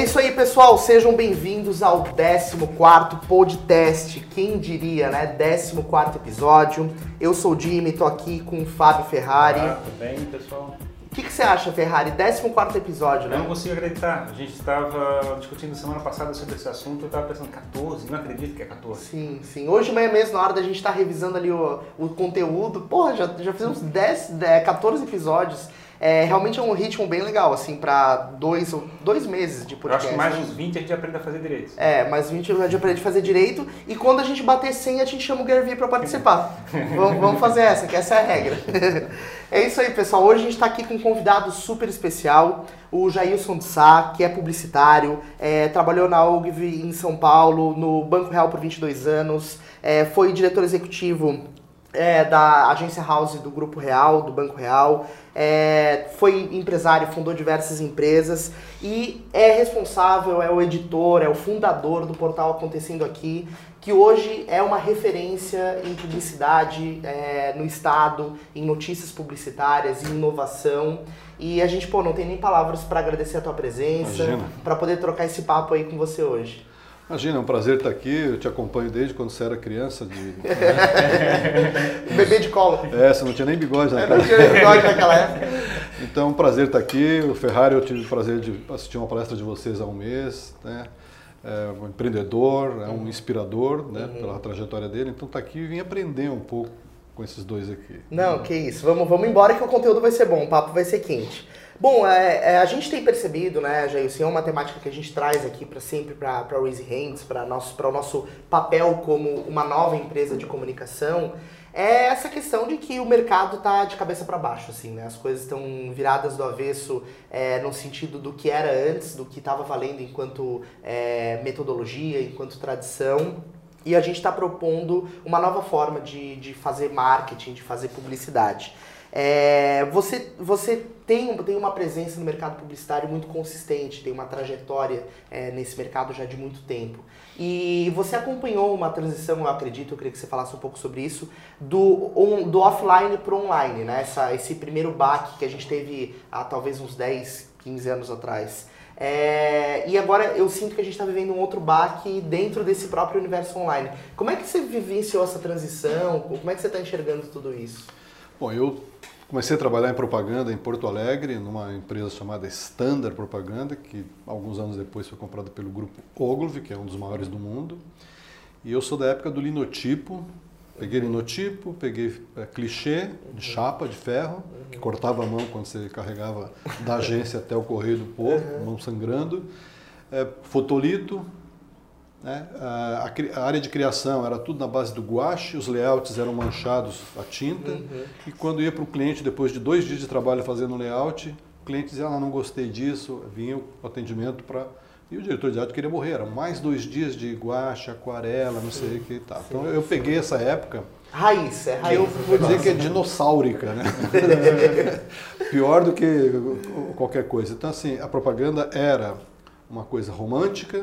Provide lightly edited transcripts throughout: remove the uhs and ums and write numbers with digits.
isso aí, pessoal. Sejam bem-vindos ao 14º podcast. Quem diria, né? 14º episódio. Eu sou o Jimmy, tô aqui com o Fábio Ferrari. Olá, tudo bem, pessoal? O que você acha, Ferrari? 14º episódio, né? Eu não consigo acreditar. A gente estava discutindo semana passada sobre esse assunto, eu estava pensando 14, não acredito que é 14. Sim, sim. Hoje mesmo, na hora da gente estar revisando ali o conteúdo, porra, já fizemos 14 episódios. Realmente é um ritmo bem legal, assim, para dois meses de podcast. Eu acho que mais uns 20 a gente aprende a fazer direito. Mais 20 a gente aprende a fazer direito. E quando a gente bater 100, a gente chama o Gervi para participar. Vamos fazer essa, que essa é a regra. É isso aí, pessoal. Hoje a gente está aqui com um convidado super especial, o Jailson de Sá, que é publicitário, trabalhou na OGV em São Paulo, no Banco Real por 22 anos, foi diretor executivo da agência House do Grupo Real, do Banco Real, foi empresário, fundou diversas empresas e é responsável, é o editor, é o fundador do portal Acontecendo Aqui, que hoje é uma referência em publicidade no estado, em notícias publicitárias, em inovação. E a gente, não tem nem palavras para agradecer a tua presença, para poder trocar esse papo aí com você hoje. Imagina, é um prazer estar aqui, eu te acompanho desde quando você era criança. Bebê de colo. Você não tinha nem bigode naquela época. Não tinha bigode naquela época. Então, é um prazer estar aqui. O Ferrari, eu tive o prazer de assistir uma palestra de vocês há um mês, né? É um empreendedor, é um inspirador, né? Pela trajetória dele. Então, tá aqui e vim aprender um pouco com esses dois aqui. Não, que isso. Vamos embora que o conteúdo vai ser bom, o papo vai ser quente. Bom, a gente tem percebido, né, Jailson, é uma temática que a gente traz aqui para Raise Hands, para o nosso papel como uma nova empresa de comunicação, é essa questão de que o mercado está de cabeça para baixo, assim, né? As coisas estão viradas do avesso no sentido do que era antes, do que estava valendo enquanto metodologia, enquanto tradição. E a gente está propondo uma nova forma de fazer marketing, de fazer publicidade. Você tem uma presença no mercado publicitário muito consistente, tem uma trajetória nesse mercado já de muito tempo. E você acompanhou uma transição, eu queria que você falasse um pouco sobre isso, do offline para o online, né? Esse primeiro baque que a gente teve há talvez uns 10, 15 anos atrás. E agora eu sinto que a gente está vivendo um outro baque dentro desse próprio universo online. Como é que você vivenciou essa transição? Como é que você está enxergando tudo isso? Bom, eu comecei a trabalhar em propaganda em Porto Alegre, numa empresa chamada Standard Propaganda, que alguns anos depois foi comprada pelo grupo Ogilvy, que é um dos maiores do mundo. E eu sou da época do linotipo. Peguei linotipo, peguei clichê de chapa de ferro, que cortava a mão quando você carregava da agência até o Correio do Povo, mão sangrando. Fotolito. Né? A área de criação era tudo na base do guache, os layouts eram manchados a tinta, e quando ia para o cliente, depois de 2 dias de trabalho fazendo layout, o cliente dizia, não gostei disso, vinha o atendimento para... E o diretor de arte queria morrer, eram mais 2 dias de guache, aquarela, não sei o que e tal. Então eu peguei essa época... Raiz. Que eu vou dizer que é dinossáurica, né? Pior do que qualquer coisa. Então assim, a propaganda era uma coisa romântica.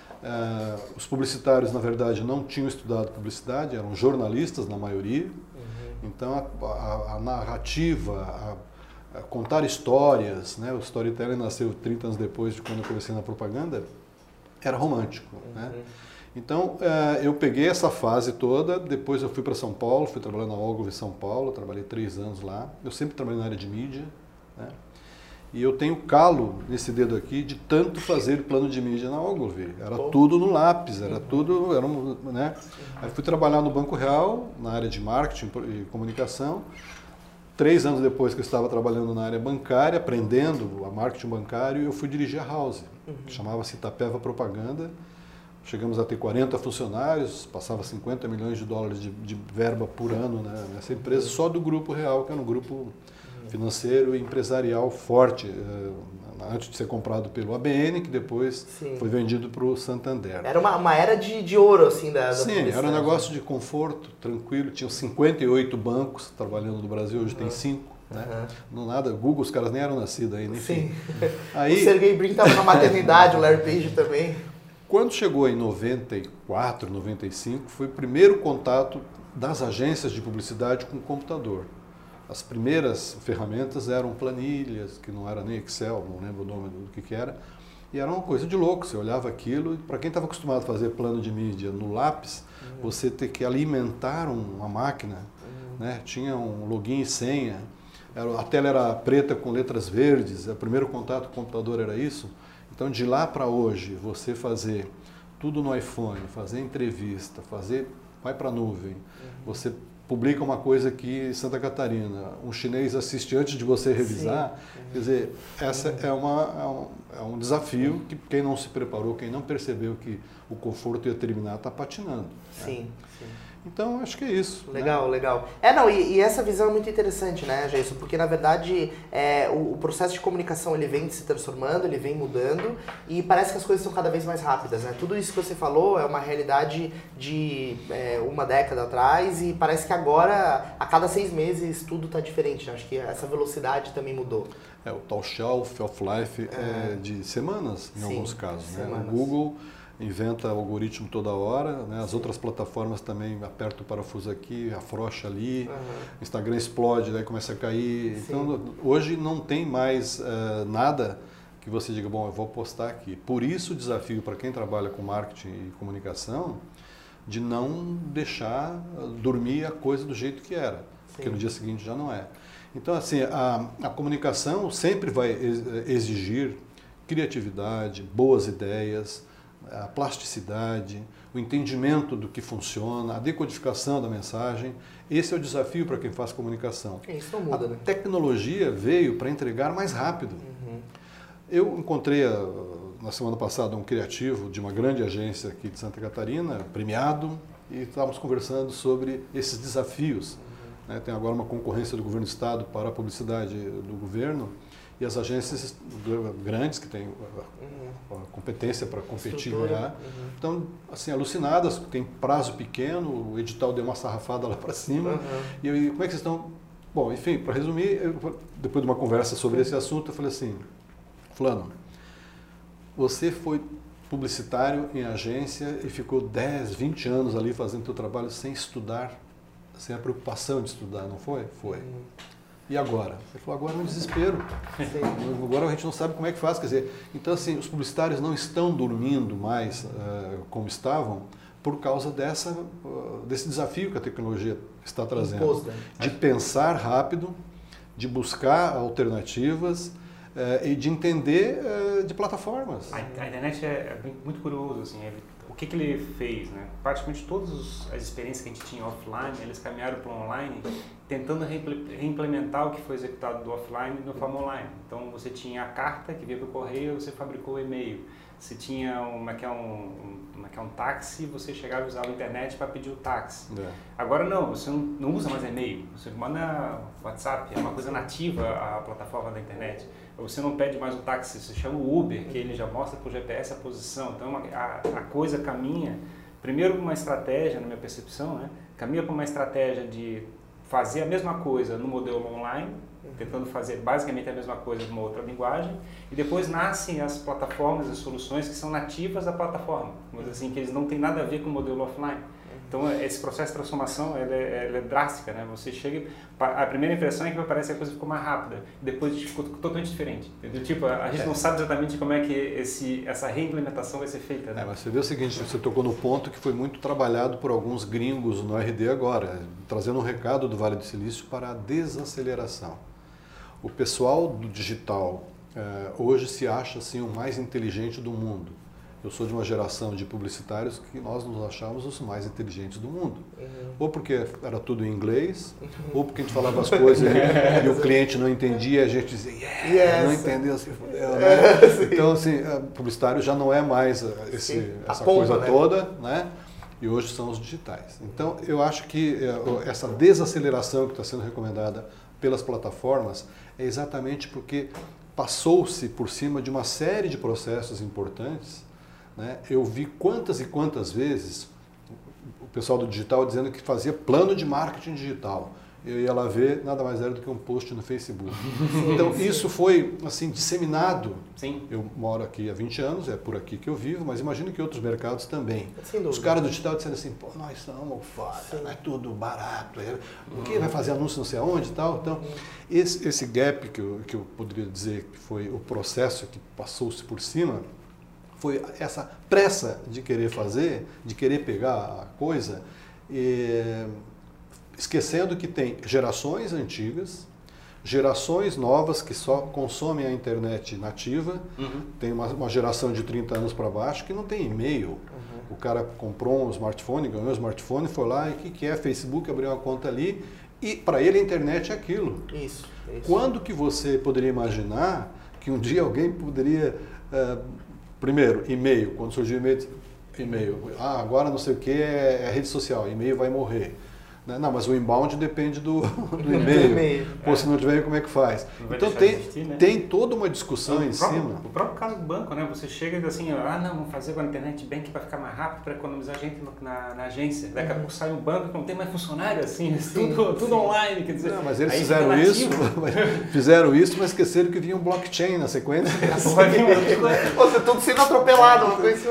Os publicitários, na verdade, não tinham estudado publicidade, eram jornalistas na maioria. Então a narrativa, contar histórias, né? O storytelling nasceu 30 anos depois de quando eu comecei na propaganda, era romântico. Né? Então eu peguei essa fase toda, depois eu fui para São Paulo, fui trabalhar na Ogilvy em São Paulo, trabalhei 3 anos lá. Eu sempre trabalhei na área de mídia, né? E eu tenho calo nesse dedo aqui de tanto fazer plano de mídia na Ogilvy. Era tudo no lápis, era tudo... né? Aí fui trabalhar no Banco Real, na área de marketing e comunicação. 3 anos depois que eu estava trabalhando na área bancária, aprendendo a marketing bancário, eu fui dirigir a House, que chamava-se Itapeva Propaganda. Chegamos a ter 40 funcionários, passava 50 milhões de dólares de verba por ano, né, nessa empresa, só do Grupo Real, que era um grupo financeiro e empresarial forte, antes de ser comprado pelo ABN, que depois foi vendido para o Santander. Era uma era de ouro, assim, da Sim, era um negócio de conforto, tranquilo. Tinham 58 bancos trabalhando no Brasil, hoje tem 5. Né? Não nada, Google, os caras nem eram nascidos ainda, enfim. Sim. Aí, o Sergey Brin estava na maternidade, o Larry Page também. Quando chegou em 94, 95, foi o primeiro contato das agências de publicidade com o computador. As primeiras ferramentas eram planilhas, que não era nem Excel, não lembro o nome do que era, E era uma coisa de louco, você olhava aquilo, para quem estava acostumado a fazer plano de mídia no lápis, você ter que alimentar uma máquina, né? Tinha um login e senha, a tela era preta com letras verdes, o primeiro contato com o computador era isso. Então de lá para hoje, você fazer tudo no iPhone, fazer entrevista, vai para a nuvem, você publica uma coisa aqui em Santa Catarina, um chinês assiste antes de você revisar, quer dizer, essa é um desafio que quem não se preparou, quem não percebeu que o conforto ia terminar, está patinando. Sim, né? sim. Então, acho que é isso. Legal, né? legal. Não, e essa visão é muito interessante, né, Jason? Porque, na verdade, o processo de comunicação, ele vem se transformando, ele vem mudando, e parece que as coisas são cada vez mais rápidas, né? Tudo isso que você falou é uma realidade de uma década atrás, e parece que agora, a cada 6 meses, tudo está diferente, né? Acho que essa velocidade também mudou. O tal shelf of life é de semanas, em alguns casos. Né? O Google inventa algoritmo toda hora, né? As outras plataformas também apertam o parafuso aqui, afrouxa ali, o Instagram explode, daí começa a cair. Sim. Então, hoje não tem mais nada que você diga, bom, eu vou postar aqui. Por isso o desafio para quem trabalha com marketing e comunicação, de não deixar dormir a coisa do jeito que era, porque no dia seguinte já não é. Então, assim, a comunicação sempre vai exigir criatividade, boas ideias, a plasticidade, o entendimento do que funciona, a decodificação da mensagem. Esse é o desafio para quem faz comunicação. Isso não muda, né? A tecnologia veio para entregar mais rápido. Eu encontrei na semana passada um criativo de uma grande agência aqui de Santa Catarina, premiado, e estávamos conversando sobre esses desafios. Tem agora uma concorrência do governo do estado para a publicidade do governo, e as agências grandes que têm a competência para competir e ganhar, estão assim, alucinadas, tem prazo pequeno, o edital deu uma sarrafada lá para cima, e como é que vocês estão? Bom, enfim, para resumir, depois de uma conversa sobre esse assunto, eu falei assim, fulano, você foi publicitário em agência e ficou 10, 20 anos ali fazendo seu trabalho sem estudar, sem a preocupação de estudar, não foi? Foi. E agora? Ele falou, agora é um desespero. Agora a gente não sabe como é que faz. Quer dizer, então assim, os publicitários não estão dormindo mais como estavam por causa desse desafio que a tecnologia está trazendo. De pensar rápido, de buscar alternativas e de entender de plataformas. A internet é muito curioso, assim, o que ele fez, né? Praticamente todas as experiências que a gente tinha offline, eles caminharam para o online, tentando reimplementar o que foi executado do offline de uma forma online. Então você tinha a carta que vinha para o correio, você fabricou o e-mail. Você tinha um táxi, você chegava e usava a internet para pedir o táxi. Agora não, você não usa mais e-mail, você manda WhatsApp, é uma coisa nativa a plataforma da internet. Você não pede mais o táxi, você chama o Uber, que ele já mostra por GPS a posição. Então a coisa caminha, primeiro para uma estratégia, na minha percepção, né? Caminha para uma estratégia de fazer a mesma coisa no modelo online, tentando fazer basicamente a mesma coisa numa outra linguagem, e depois nascem as plataformas e soluções que são nativas da plataforma, vamos dizer assim, que eles não têm nada a ver com o modelo offline. Então esse processo de transformação ela é drástica, né? Você chega, a primeira impressão é que parece que a coisa ficou mais rápida, depois ficou totalmente diferente. Entendeu? Tipo, a gente não sabe exatamente como é que essa reimplementação vai ser feita. Né? Mas você vê o seguinte, você tocou no ponto que foi muito trabalhado por alguns gringos no RD agora, trazendo um recado do Vale do Silício para a desaceleração. O pessoal do digital hoje se acha assim, o mais inteligente do mundo. Eu sou de uma geração de publicitários que nós nos achávamos os mais inteligentes do mundo. Ou porque era tudo em inglês, ou porque a gente falava as coisas e o cliente não entendia, a gente dizia, não entendeu, assim, fudeu, né? Então, assim, publicitário já não é mais essa coisa toda, né? E hoje são os digitais. Então, eu acho que essa desaceleração que está sendo recomendada pelas plataformas é exatamente porque passou-se por cima de uma série de processos importantes. Né? Eu vi quantas e quantas vezes o pessoal do digital dizendo que fazia plano de marketing digital. Eu ia lá ver, nada mais era do que um post no Facebook. Então isso foi assim disseminado. Sim. Eu moro aqui há 20 anos, é por aqui que eu vivo, mas imagino que outros mercados também. Os caras do digital disseram assim, pô, nós somos foda, é tudo barato, o que vai fazer anúncio não sei aonde e tal. Então esse gap que eu poderia dizer que foi o processo que passou-se por cima, foi essa pressa de querer fazer, de querer pegar a coisa, esquecendo que tem gerações antigas, gerações novas que só consomem a internet nativa, tem uma geração de 30 anos para baixo que não tem e-mail. O cara comprou um smartphone, ganhou um smartphone, foi lá e o que é Facebook, abriu uma conta ali e para ele a internet é aquilo. Isso. Quando que você poderia imaginar que um dia alguém poderia, primeiro, e-mail, quando surgiu e-mail, agora não sei o que é rede social, e-mail vai morrer. Não, mas o inbound depende do e-mail. Pô, se não tiver, como é que faz? Então tem toda uma discussão em cima. O próprio caso do banco, né? Você chega e diz assim, não, vamos fazer agora internet bank para ficar mais rápido, para economizar gente na agência. Daqui a pouco sai um banco que não tem mais funcionário, assim, tudo online, quer dizer. Não, mas eles fizeram isso, mas esqueceram que vinha um blockchain na sequência. Você tudo sendo atropelado.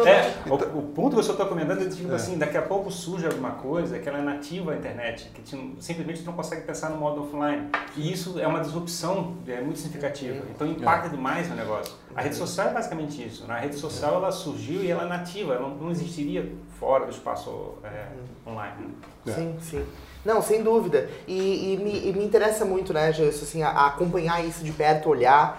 O ponto que eu só estou comentando é tipo assim, daqui a pouco surge alguma coisa que ela é nativa à internet, que simplesmente não consegue pensar no modo offline. E isso é uma disrupção muito significativa. Então impacta demais o negócio. A rede social é basicamente isso. A rede social ela surgiu e ela é nativa, ela não existiria fora do espaço online. Sim. Não, sem dúvida. E me interessa muito, né, Gelson, assim, a acompanhar isso de perto, olhar.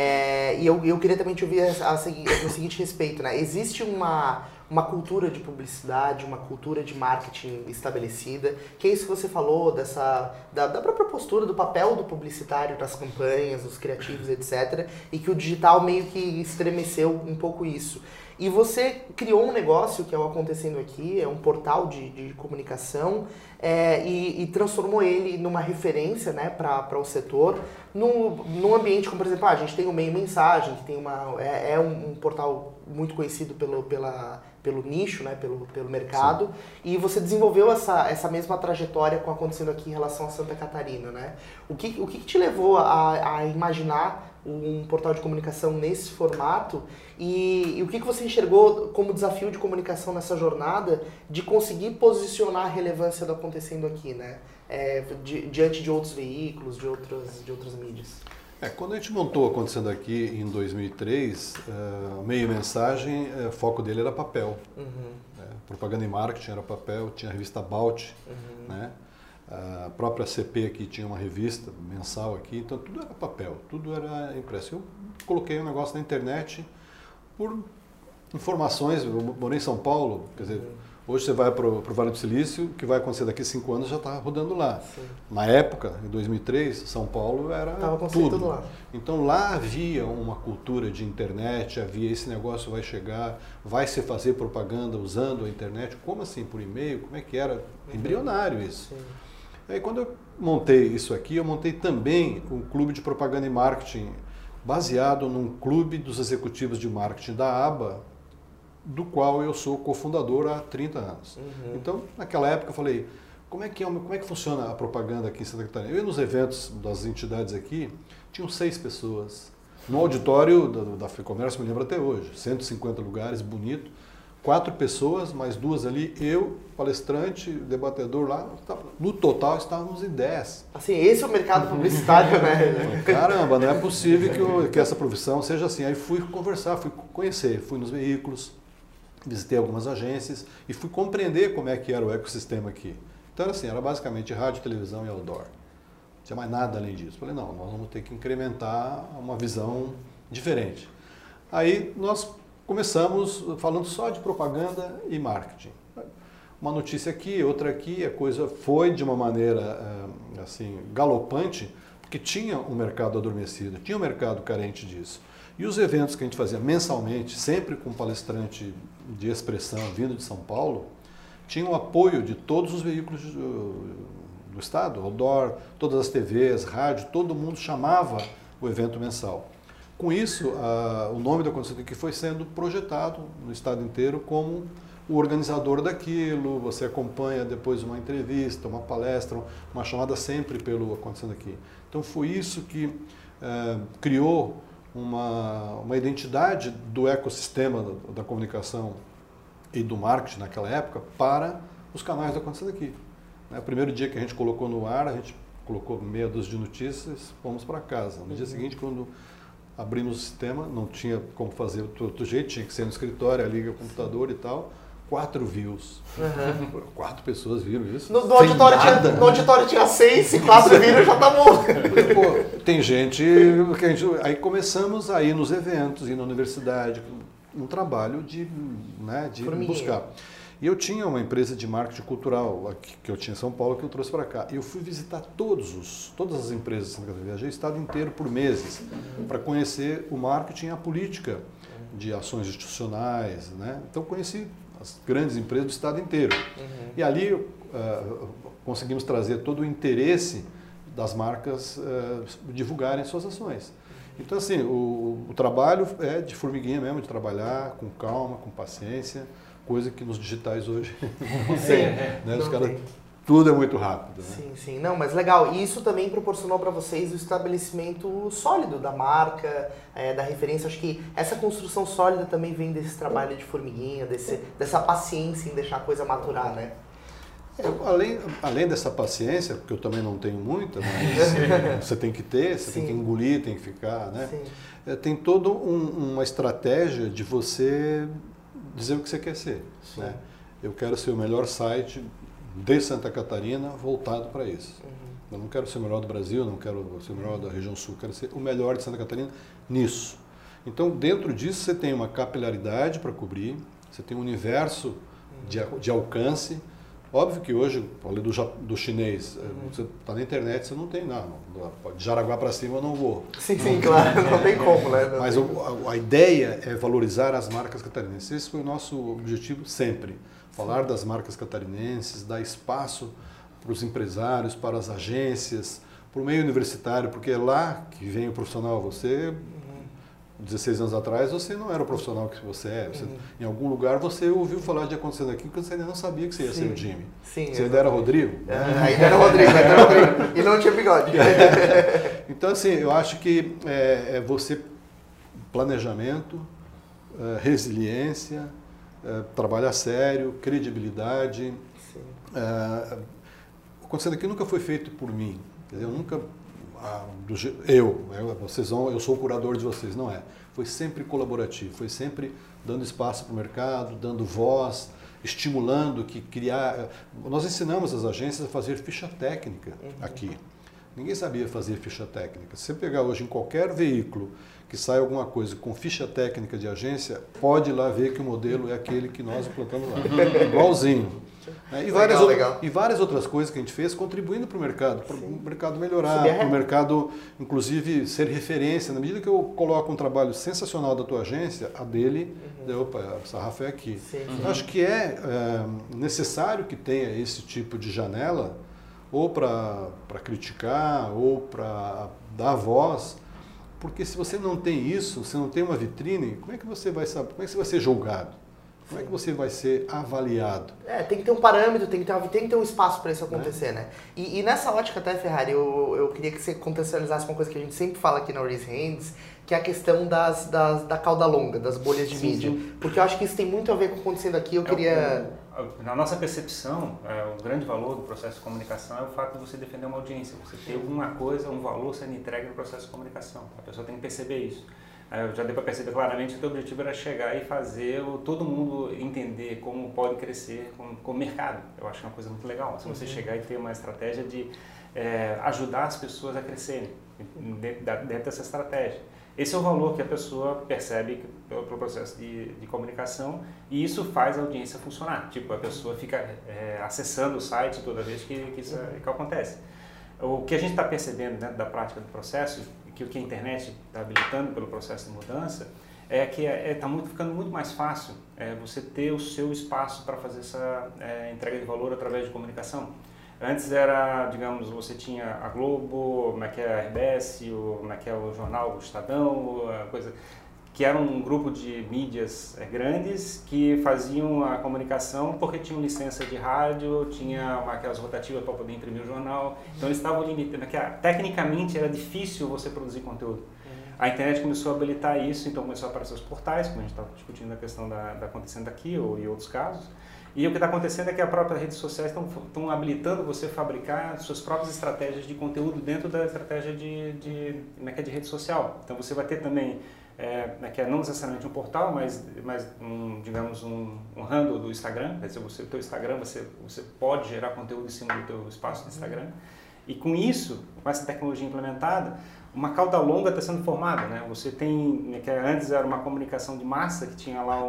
E eu queria também te ouvir no seguinte respeito, né? Existe uma cultura de publicidade, uma cultura de marketing estabelecida, que é isso que você falou, da própria postura, do papel do publicitário nas campanhas, dos criativos, etc. E que o digital meio que estremeceu um pouco isso. E você criou um negócio, que é o Acontecendo Aqui, é um portal de comunicação, e transformou ele numa referência, né, para o setor, num ambiente como, por exemplo, a gente tem o Meio Mensagem, que tem um portal muito conhecido pelo nicho, né, pelo mercado. Sim. E você desenvolveu essa mesma trajetória com Acontecendo Aqui em relação a Santa Catarina, né? O que te levou a imaginar um portal de comunicação nesse formato e o que você enxergou como desafio de comunicação nessa jornada de conseguir posicionar a relevância do Acontecendo Aqui, né? Diante de outros veículos, de outras mídias? Quando a gente montou Acontecendo Aqui em 2003, o Meio Mensagem, o foco dele era papel. Propaganda e marketing era papel, tinha a revista About, né? A própria CP aqui tinha uma revista mensal aqui, então tudo era papel, tudo era impresso. Eu coloquei um negócio na internet por informações, eu morei em São Paulo, quer dizer, hoje você vai para o Vale do Silício, o que vai acontecer daqui a 5 anos já está rodando lá. Sim. Na época, em 2003, São Paulo era tudo lá. Então lá havia uma cultura de internet, havia esse negócio vai chegar, vai se fazer propaganda usando a internet, como assim, por e-mail, como é que era? Embrionário isso. Sim. Aí quando eu montei isso aqui, eu montei também um clube de propaganda e marketing, baseado num clube dos executivos de marketing da ABA, do qual eu sou cofundador há 30 anos. Então, naquela época eu falei, como é que funciona a propaganda aqui em Santa Catarina? Eu ia nos eventos das entidades aqui, tinham 6 pessoas. No auditório da FEComércio, me lembro até hoje, 150 lugares, bonito. 4 pessoas, mais 2 ali, eu, palestrante, debatedor lá, no total estávamos em 10. Assim, esse é o mercado publicitário, né? Caramba, não é possível que essa profissão seja assim. Aí fui conversar, fui conhecer, fui nos veículos, visitei algumas agências e fui compreender como é que era o ecossistema aqui. Então era assim, era basicamente rádio, televisão e outdoor. Não tinha mais nada além disso. Falei, não, nós vamos ter que incrementar uma visão diferente. Aí nós começamos falando só de propaganda e marketing. Uma notícia aqui, outra aqui, a coisa foi de uma maneira assim galopante, porque tinha um mercado adormecido, tinha um mercado carente disso. E os eventos que a gente fazia mensalmente, sempre com palestrante de expressão vindo de São Paulo, tinham o apoio de todos os veículos do estado, outdoor, todas as TVs, rádio, todo mundo chamava o evento mensal. Com isso, o nome do Acontecendo Aqui foi sendo projetado no estado inteiro como o organizador daquilo, você acompanha depois uma entrevista, uma palestra, uma chamada sempre pelo Acontecendo Aqui. Então foi isso que criou uma identidade do ecossistema da comunicação e do marketing naquela época para os canais do Acontecendo Aqui. O primeiro dia que a gente colocou no ar, a gente colocou meia dúzia de notícias, fomos para casa. No dia seguinte, quando abrimos o sistema, não tinha como fazer do outro jeito, tinha que ser no escritório, liga o computador e tal. 4 views. 4 pessoas viram isso. No auditório tinha 6, se 4 viram já tá bom. Pô, tem gente, aí começamos a ir nos eventos, ir na universidade, um trabalho de buscar. E eu tinha uma empresa de marketing cultural que eu tinha em São Paulo que eu trouxe para cá. E eu fui visitar todas as empresas de Santa Catarina. Viajei o estado inteiro por meses para conhecer o marketing e a política de ações institucionais, né? Então conheci as grandes empresas do estado inteiro. E ali conseguimos trazer todo o interesse das marcas divulgarem suas ações. Então assim, o trabalho é de formiguinha mesmo, de trabalhar com calma, com paciência, coisa que nos digitais hoje não tem, né? Os caras, tudo é muito rápido. Né? Sim, sim. Não, mas legal. E isso também proporcionou para vocês o estabelecimento sólido da marca, da referência. Acho que essa construção sólida também vem desse trabalho de formiguinha, dessa paciência em deixar a coisa maturar, né? Além dessa paciência, porque eu também não tenho muita, mas você tem que ter, você tem que engolir, tem que ficar, né? Tem toda uma estratégia de você dizer o que você quer ser. Né? Eu quero ser o melhor site de Santa Catarina voltado para isso. Eu não quero ser o melhor do Brasil, não quero ser o melhor da região sul, quero ser o melhor de Santa Catarina nisso. Então, dentro disso, você tem uma capilaridade para cobrir, você tem um universo de alcance. Óbvio que hoje, falei do chinês, você está na internet, você não tem nada. De Jaraguá para cima eu não vou. Sim, claro, não tem como, né? Mas a ideia é valorizar as marcas catarinenses. Esse foi o nosso objetivo sempre. Falar das marcas catarinenses, dar espaço para os empresários, para as agências, para o meio universitário, porque é lá que vem o profissional. Você, 16 anos atrás, você não era o profissional que você é. Em algum lugar você ouviu falar de acontecendo aquilo que você ainda não sabia que você ia ser o Jimmy. Você ainda era Rodrigo? Ainda era Rodrigo. E não tinha bigode. Então, assim, eu acho que você, planejamento, resiliência, trabalhar sério, credibilidade. Acontecendo aqui nunca foi feito por mim. Quer dizer, eu nunca... eu sou o curador de vocês, não é. Foi sempre colaborativo, foi sempre dando espaço para o mercado, dando voz, estimulando Nós ensinamos as agências a fazer ficha técnica aqui. Ninguém sabia fazer ficha técnica. Se você pegar hoje em qualquer veículo que sai alguma coisa com ficha técnica de agência, pode ir lá ver que o modelo é aquele que nós implantamos lá. Igualzinho. E várias outras coisas que a gente fez contribuindo para o mercado melhorar, para o mercado, inclusive, ser referência. Na medida que eu coloco um trabalho sensacional da tua agência, a dele, opa, a sarrafa é aqui. Eu acho que é necessário que tenha esse tipo de janela, ou para criticar, ou para dar voz, porque se você não tem isso, se não tem uma vitrine, como é que você vai saber, como é que você vai ser julgado? Como é que você vai ser avaliado? Tem que ter um parâmetro, tem que ter um espaço para isso acontecer, né? E nessa ótica até, Ferrari, eu queria que você contextualizasse uma coisa que a gente sempre fala aqui na Raise Hands, que é a questão da cauda longa, das bolhas de mídia. Porque eu acho que isso tem muito a ver com o que está acontecendo aqui. Eu queria... Na nossa percepção, o grande valor do processo de comunicação é o fato de você defender uma audiência. Você ter alguma coisa, um valor sendo entregue no processo de comunicação. A pessoa tem que perceber isso. Já deu para perceber claramente que o teu objetivo era chegar e fazer todo mundo entender como pode crescer com o mercado. Eu acho que é uma coisa muito legal. Se você chegar e ter uma estratégia de ajudar as pessoas a crescerem dentro dessa estratégia. Esse é o valor que a pessoa percebe pelo processo de comunicação, e isso faz a audiência funcionar. Tipo, a pessoa fica acessando o site toda vez que isso acontece. O que a gente está percebendo dentro da prática do processo, que o que a internet está habilitando pelo processo de mudança, é que está ficando muito mais fácil você ter o seu espaço para fazer essa entrega de valor através de comunicação. Antes era, digamos, você tinha a Globo, como é que é a RBS, como é que é o jornal, o Estadão, coisa, que era um grupo de mídias grandes que faziam a comunicação porque tinham licença de rádio, tinha aquelas rotativas para poder imprimir o jornal, então eles estavam limitando, tecnicamente era difícil você produzir conteúdo. A internet começou a habilitar isso, então começou a aparecer os portais, como a gente estava discutindo a questão da acontecendo aqui ou em outros casos, E o que está acontecendo é que as próprias redes sociais estão habilitando você a fabricar suas próprias estratégias de conteúdo dentro da estratégia de rede social. Então você vai ter também, não necessariamente um portal, mas digamos um handle do Instagram. Quer dizer, o teu Instagram, você pode gerar conteúdo em cima do teu espaço do Instagram. E com isso, com essa tecnologia implementada, uma cauda longa está sendo formada, né? Você tem, que antes era uma comunicação de massa, que tinha lá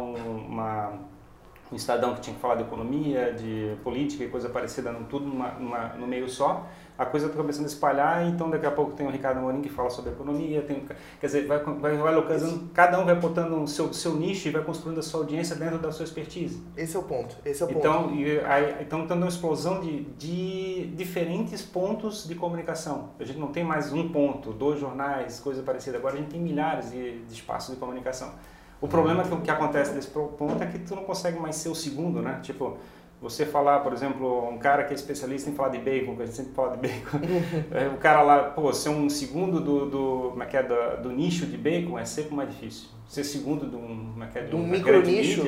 um Estadão que tinha que falar de economia, de política e coisa parecida, tudo no meio só. A coisa está começando a espalhar, então daqui a pouco tem o Ricardo Amorim que fala sobre economia, quer dizer, vai localizando, cada um vai botando o seu nicho e vai construindo a sua audiência dentro da sua expertise. Esse é o ponto, Então, então tendo uma explosão de diferentes pontos de comunicação. A gente não tem mais um ponto, 2 jornais, coisa parecida. Agora a gente tem milhares de espaços de comunicação. O problema que acontece desse ponto é que tu não consegue mais ser o segundo, né? Tipo, você falar, por exemplo, um cara que é especialista em falar de bacon, que a gente sempre fala de bacon, o cara lá, ser um segundo do nicho de bacon é sempre mais difícil. Ser segundo de um micro nicho.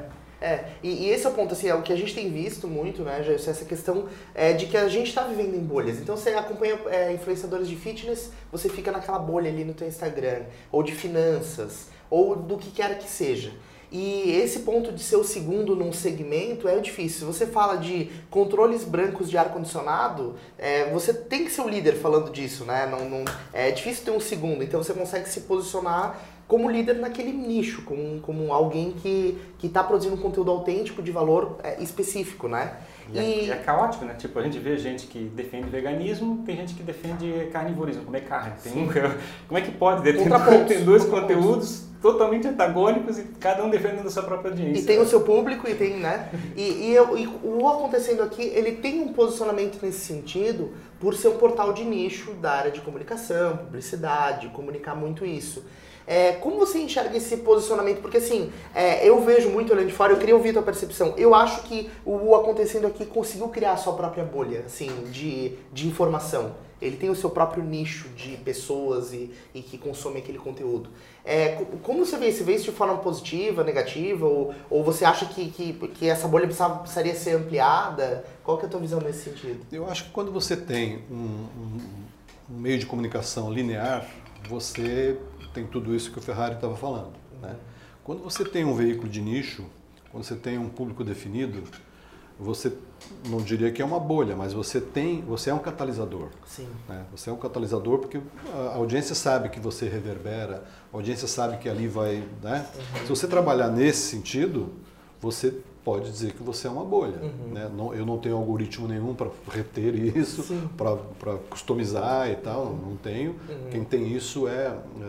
E esse é o ponto, assim, é o que a gente tem visto muito, né, essa questão de que a gente está vivendo em bolhas. Então você acompanha influenciadores de fitness, você fica naquela bolha ali no teu Instagram, ou de finanças, ou do que quer que seja. E esse ponto de ser o segundo num segmento é difícil. Se você fala de controles brancos de ar-condicionado, você tem que ser o líder falando disso, né? É difícil ter um segundo, então você consegue se posicionar como líder naquele nicho, como alguém que está produzindo um conteúdo autêntico de valor específico, né? E é caótico, né? Tipo, a gente vê gente que defende veganismo, tem gente que defende carnivorismo, comer carne. Como é que pode? Tem 2 conteúdos totalmente antagônicos e cada um defendendo a sua própria audiência. E tem o seu público e tem, né? E o Acontecendo Aqui, ele tem um posicionamento nesse sentido por ser um portal de nicho da área de comunicação, publicidade, comunicar muito isso. Como você enxerga esse posicionamento? Porque assim, eu vejo muito olhando de fora, eu queria ouvir a tua percepção. Eu acho que o Acontecendo Aqui conseguiu criar a sua própria bolha, assim, de informação. Ele tem o seu próprio nicho de pessoas e que consomem aquele conteúdo. Como você vê? Você vê isso de forma positiva, negativa? Ou você acha que essa bolha precisaria ser ampliada? Qual que é a tua visão nesse sentido? Eu acho que quando você tem um meio de comunicação linear, você tem tudo isso que o Ferrari estava falando, né? Quando você tem um veículo de nicho, quando você tem um público definido, você não diria que é uma bolha, mas você é um catalisador. Sim. Né? Você é um catalisador porque a audiência sabe que você reverbera, a audiência sabe que ali vai, né? Se você trabalhar nesse sentido, você pode dizer que você é uma bolha. Né? Eu não tenho algoritmo nenhum para reter isso, para customizar e tal, não tenho. Quem tem isso é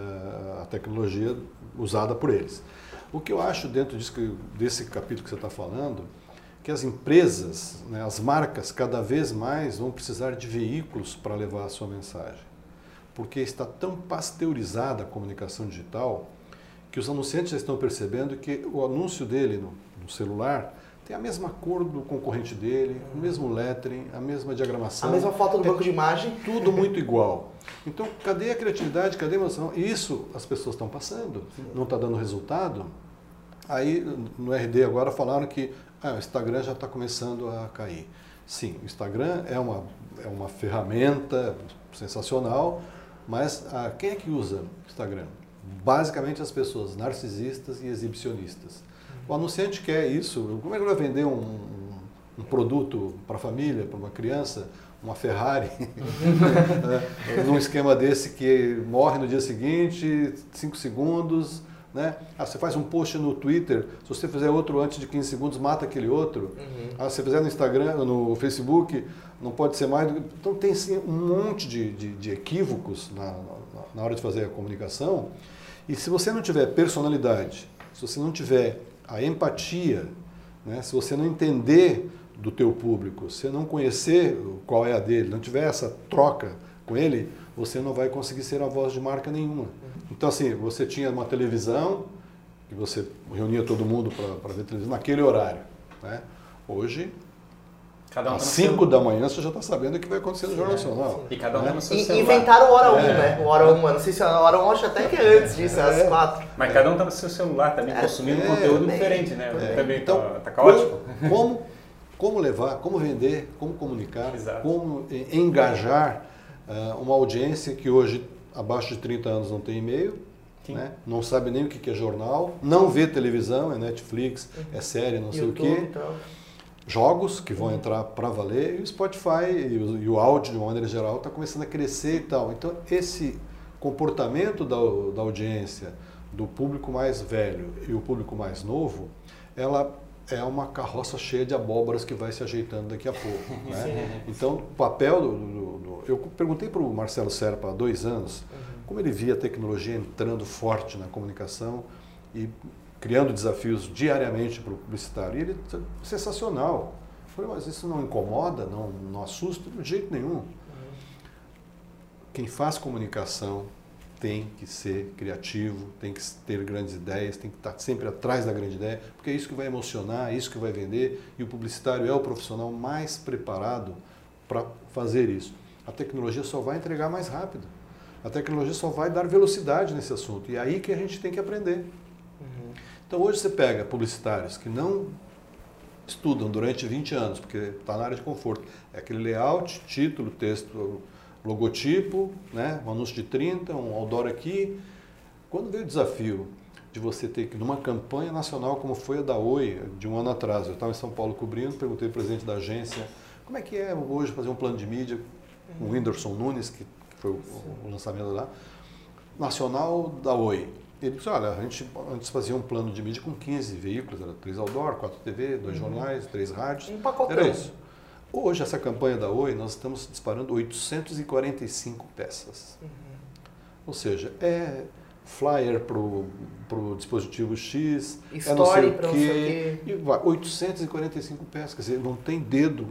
a tecnologia usada por eles. O que eu acho dentro desse capítulo que você está falando, que as empresas, né, as marcas, cada vez mais vão precisar de veículos para levar a sua mensagem. Porque está tão pasteurizada a comunicação digital que os anunciantes já estão percebendo que o anúncio dele no celular tem a mesma cor do concorrente dele, o mesmo lettering, a mesma diagramação. A mesma foto do banco de imagem. Tudo muito igual. Então, cadê a criatividade, cadê a emoção? Isso as pessoas estão passando, não está dando resultado. Aí, no RD agora falaram que o Instagram já está começando a cair. Sim, o Instagram é uma ferramenta sensacional, mas quem é que usa o Instagram? Basicamente as pessoas narcisistas e exibicionistas. O anunciante quer isso. Como é que ele vai vender um produto para a família, para uma criança, uma Ferrari, num esquema desse que morre no dia seguinte, 5 segundos, né? Você faz um post no Twitter, se você fizer outro antes de 15 segundos, mata aquele outro. Se você fizer no Instagram, no Facebook, não pode ser mais. Então tem sim, um monte de equívocos na hora de fazer a comunicação. E se você não tiver personalidade, se você não tiver a empatia, né? Se você não entender do teu público, se você não conhecer qual é a dele, não tiver essa troca com ele, você não vai conseguir ser a voz de marca nenhuma. Então assim, você tinha uma televisão, que você reunia todo mundo para ver televisão naquele horário. Né? Hoje, Às 5 da manhã você já está sabendo o que vai acontecer no Jornal Nacional. E cada um tá no seu celular. Inventaram Hora 1, né? O Hora 1, não sei se a Hora 1 acho até que é antes disso, às 4. Mas cada um tá no seu celular também, consumindo conteúdo diferente, né? Também então, tá caótico. Como levar, como vender, como comunicar, Exato. como engajar uma audiência que hoje, abaixo de 30 anos, não tem e-mail, né? Não sabe nem o que é jornal, não vê televisão, é Netflix, é série, não sei o quê. Jogos que vão entrar para valer, e o Spotify e o áudio, de uma maneira geral, está começando a crescer e tal. Então, esse comportamento da audiência, do público mais velho e o público mais novo, ela é uma carroça cheia de abóboras que vai se ajeitando daqui a pouco. Né? Então, o papel eu perguntei para o Marcelo Serpa há 2 anos como ele via a tecnologia entrando forte na comunicação e criando desafios diariamente para o publicitário. E ele, sensacional. Eu falei, mas isso não incomoda, não assusta? De jeito nenhum. Quem faz comunicação tem que ser criativo, tem que ter grandes ideias, tem que estar sempre atrás da grande ideia, porque é isso que vai emocionar, é isso que vai vender, e o publicitário é o profissional mais preparado para fazer isso. A tecnologia só vai entregar mais rápido. A tecnologia só vai dar velocidade nesse assunto. E é aí que a gente tem que aprender. Então hoje você pega publicitários que não estudam durante 20 anos, porque está na área de conforto. É aquele layout, título, texto, logotipo, né? Um anúncio de 30, um outdoor aqui. Quando veio o desafio de você ter que, numa campanha nacional como foi a da Oi, de um ano atrás, eu estava em São Paulo cobrindo, perguntei ao presidente da agência, como é que é hoje fazer um plano de mídia com o Whindersson Nunes, que foi o lançamento lá, nacional da Oi. Ele disse, olha, a gente antes fazia um plano de mídia com 15 veículos, era 3 outdoor, 4 TV, 2 jornais, 3 rádios. Um pacotão. Era isso. Hoje, essa campanha da Oi, nós estamos disparando 845 peças. Ou seja, é flyer para o dispositivo X, é não sei o quê, e vai, 845 peças, quer dizer, não tem dedo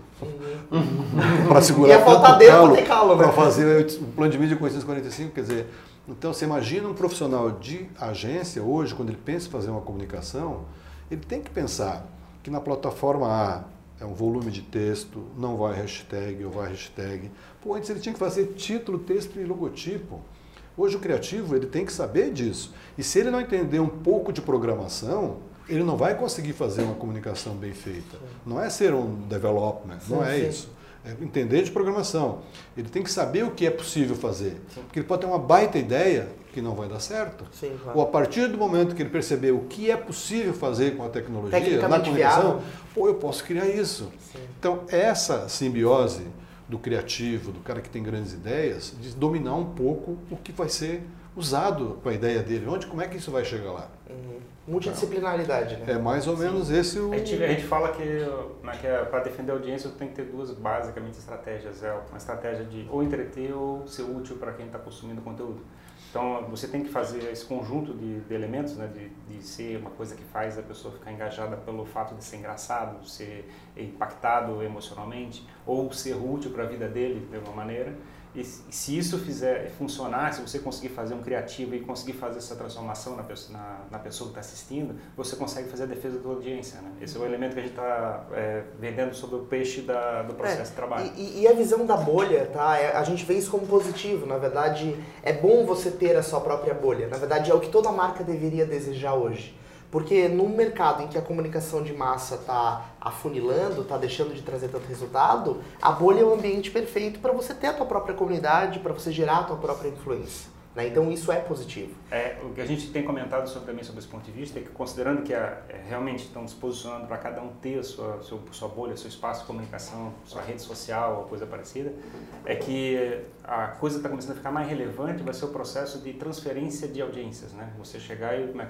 para segurar tanto calo para fazer o plano de mídia com 845, quer dizer... Então, você imagina um profissional de agência hoje, quando ele pensa em fazer uma comunicação, ele tem que pensar que na plataforma A é um volume de texto, não vai hashtag ou vai hashtag. Pô, antes ele tinha que fazer título, texto e logotipo. Hoje o criativo, ele tem que saber disso. E se ele não entender um pouco de programação, ele não vai conseguir fazer uma comunicação bem feita. Não é ser um development, não é isso. É entender de programação. Ele tem que saber o que é possível fazer. Porque ele pode ter uma baita ideia que não vai dar certo. Sim, claro. Ou a partir do momento que ele perceber o que é possível fazer com a tecnologia, na comunicação, pô, eu posso criar isso. Sim. Então, essa simbiose do criativo, do cara que tem grandes ideias, de dominar um pouco o que vai ser usado com a ideia dele. Como é que isso vai chegar lá? Multidisciplinaridade, né? É mais ou menos esse o... A gente fala que para defender a audiência tem que ter 2 basicamente estratégias. É uma estratégia de ou entreter ou ser útil para quem está consumindo conteúdo. Então você tem que fazer esse conjunto de elementos, né, de ser uma coisa que faz a pessoa ficar engajada pelo fato de ser engraçado, ser impactado emocionalmente, ou ser útil para a vida dele de alguma maneira. E se isso fizer funcionar, se você conseguir fazer um criativo e conseguir fazer essa transformação na pessoa que está assistindo, você consegue fazer a defesa da tua audiência. Né? Esse é o elemento que a gente está vendendo sobre o peixe do processo de trabalho. E a visão da bolha, tá? A gente vê isso como positivo. Na verdade, é bom você ter a sua própria bolha. Na verdade, é o que toda marca deveria desejar hoje. Porque num mercado em que a comunicação de massa está afunilando, está deixando de trazer tanto resultado, a bolha é o ambiente perfeito para você ter a tua própria comunidade, para você gerar a tua própria influência. Né? Então isso é positivo. O que a gente tem comentado também sobre esse ponto de vista é que, considerando que realmente estão se posicionando para cada um ter a sua bolha, seu espaço de comunicação, sua rede social ou coisa parecida, é que a coisa está começando a ficar mais relevante, vai ser o processo de transferência de audiências. Né? Você chegar e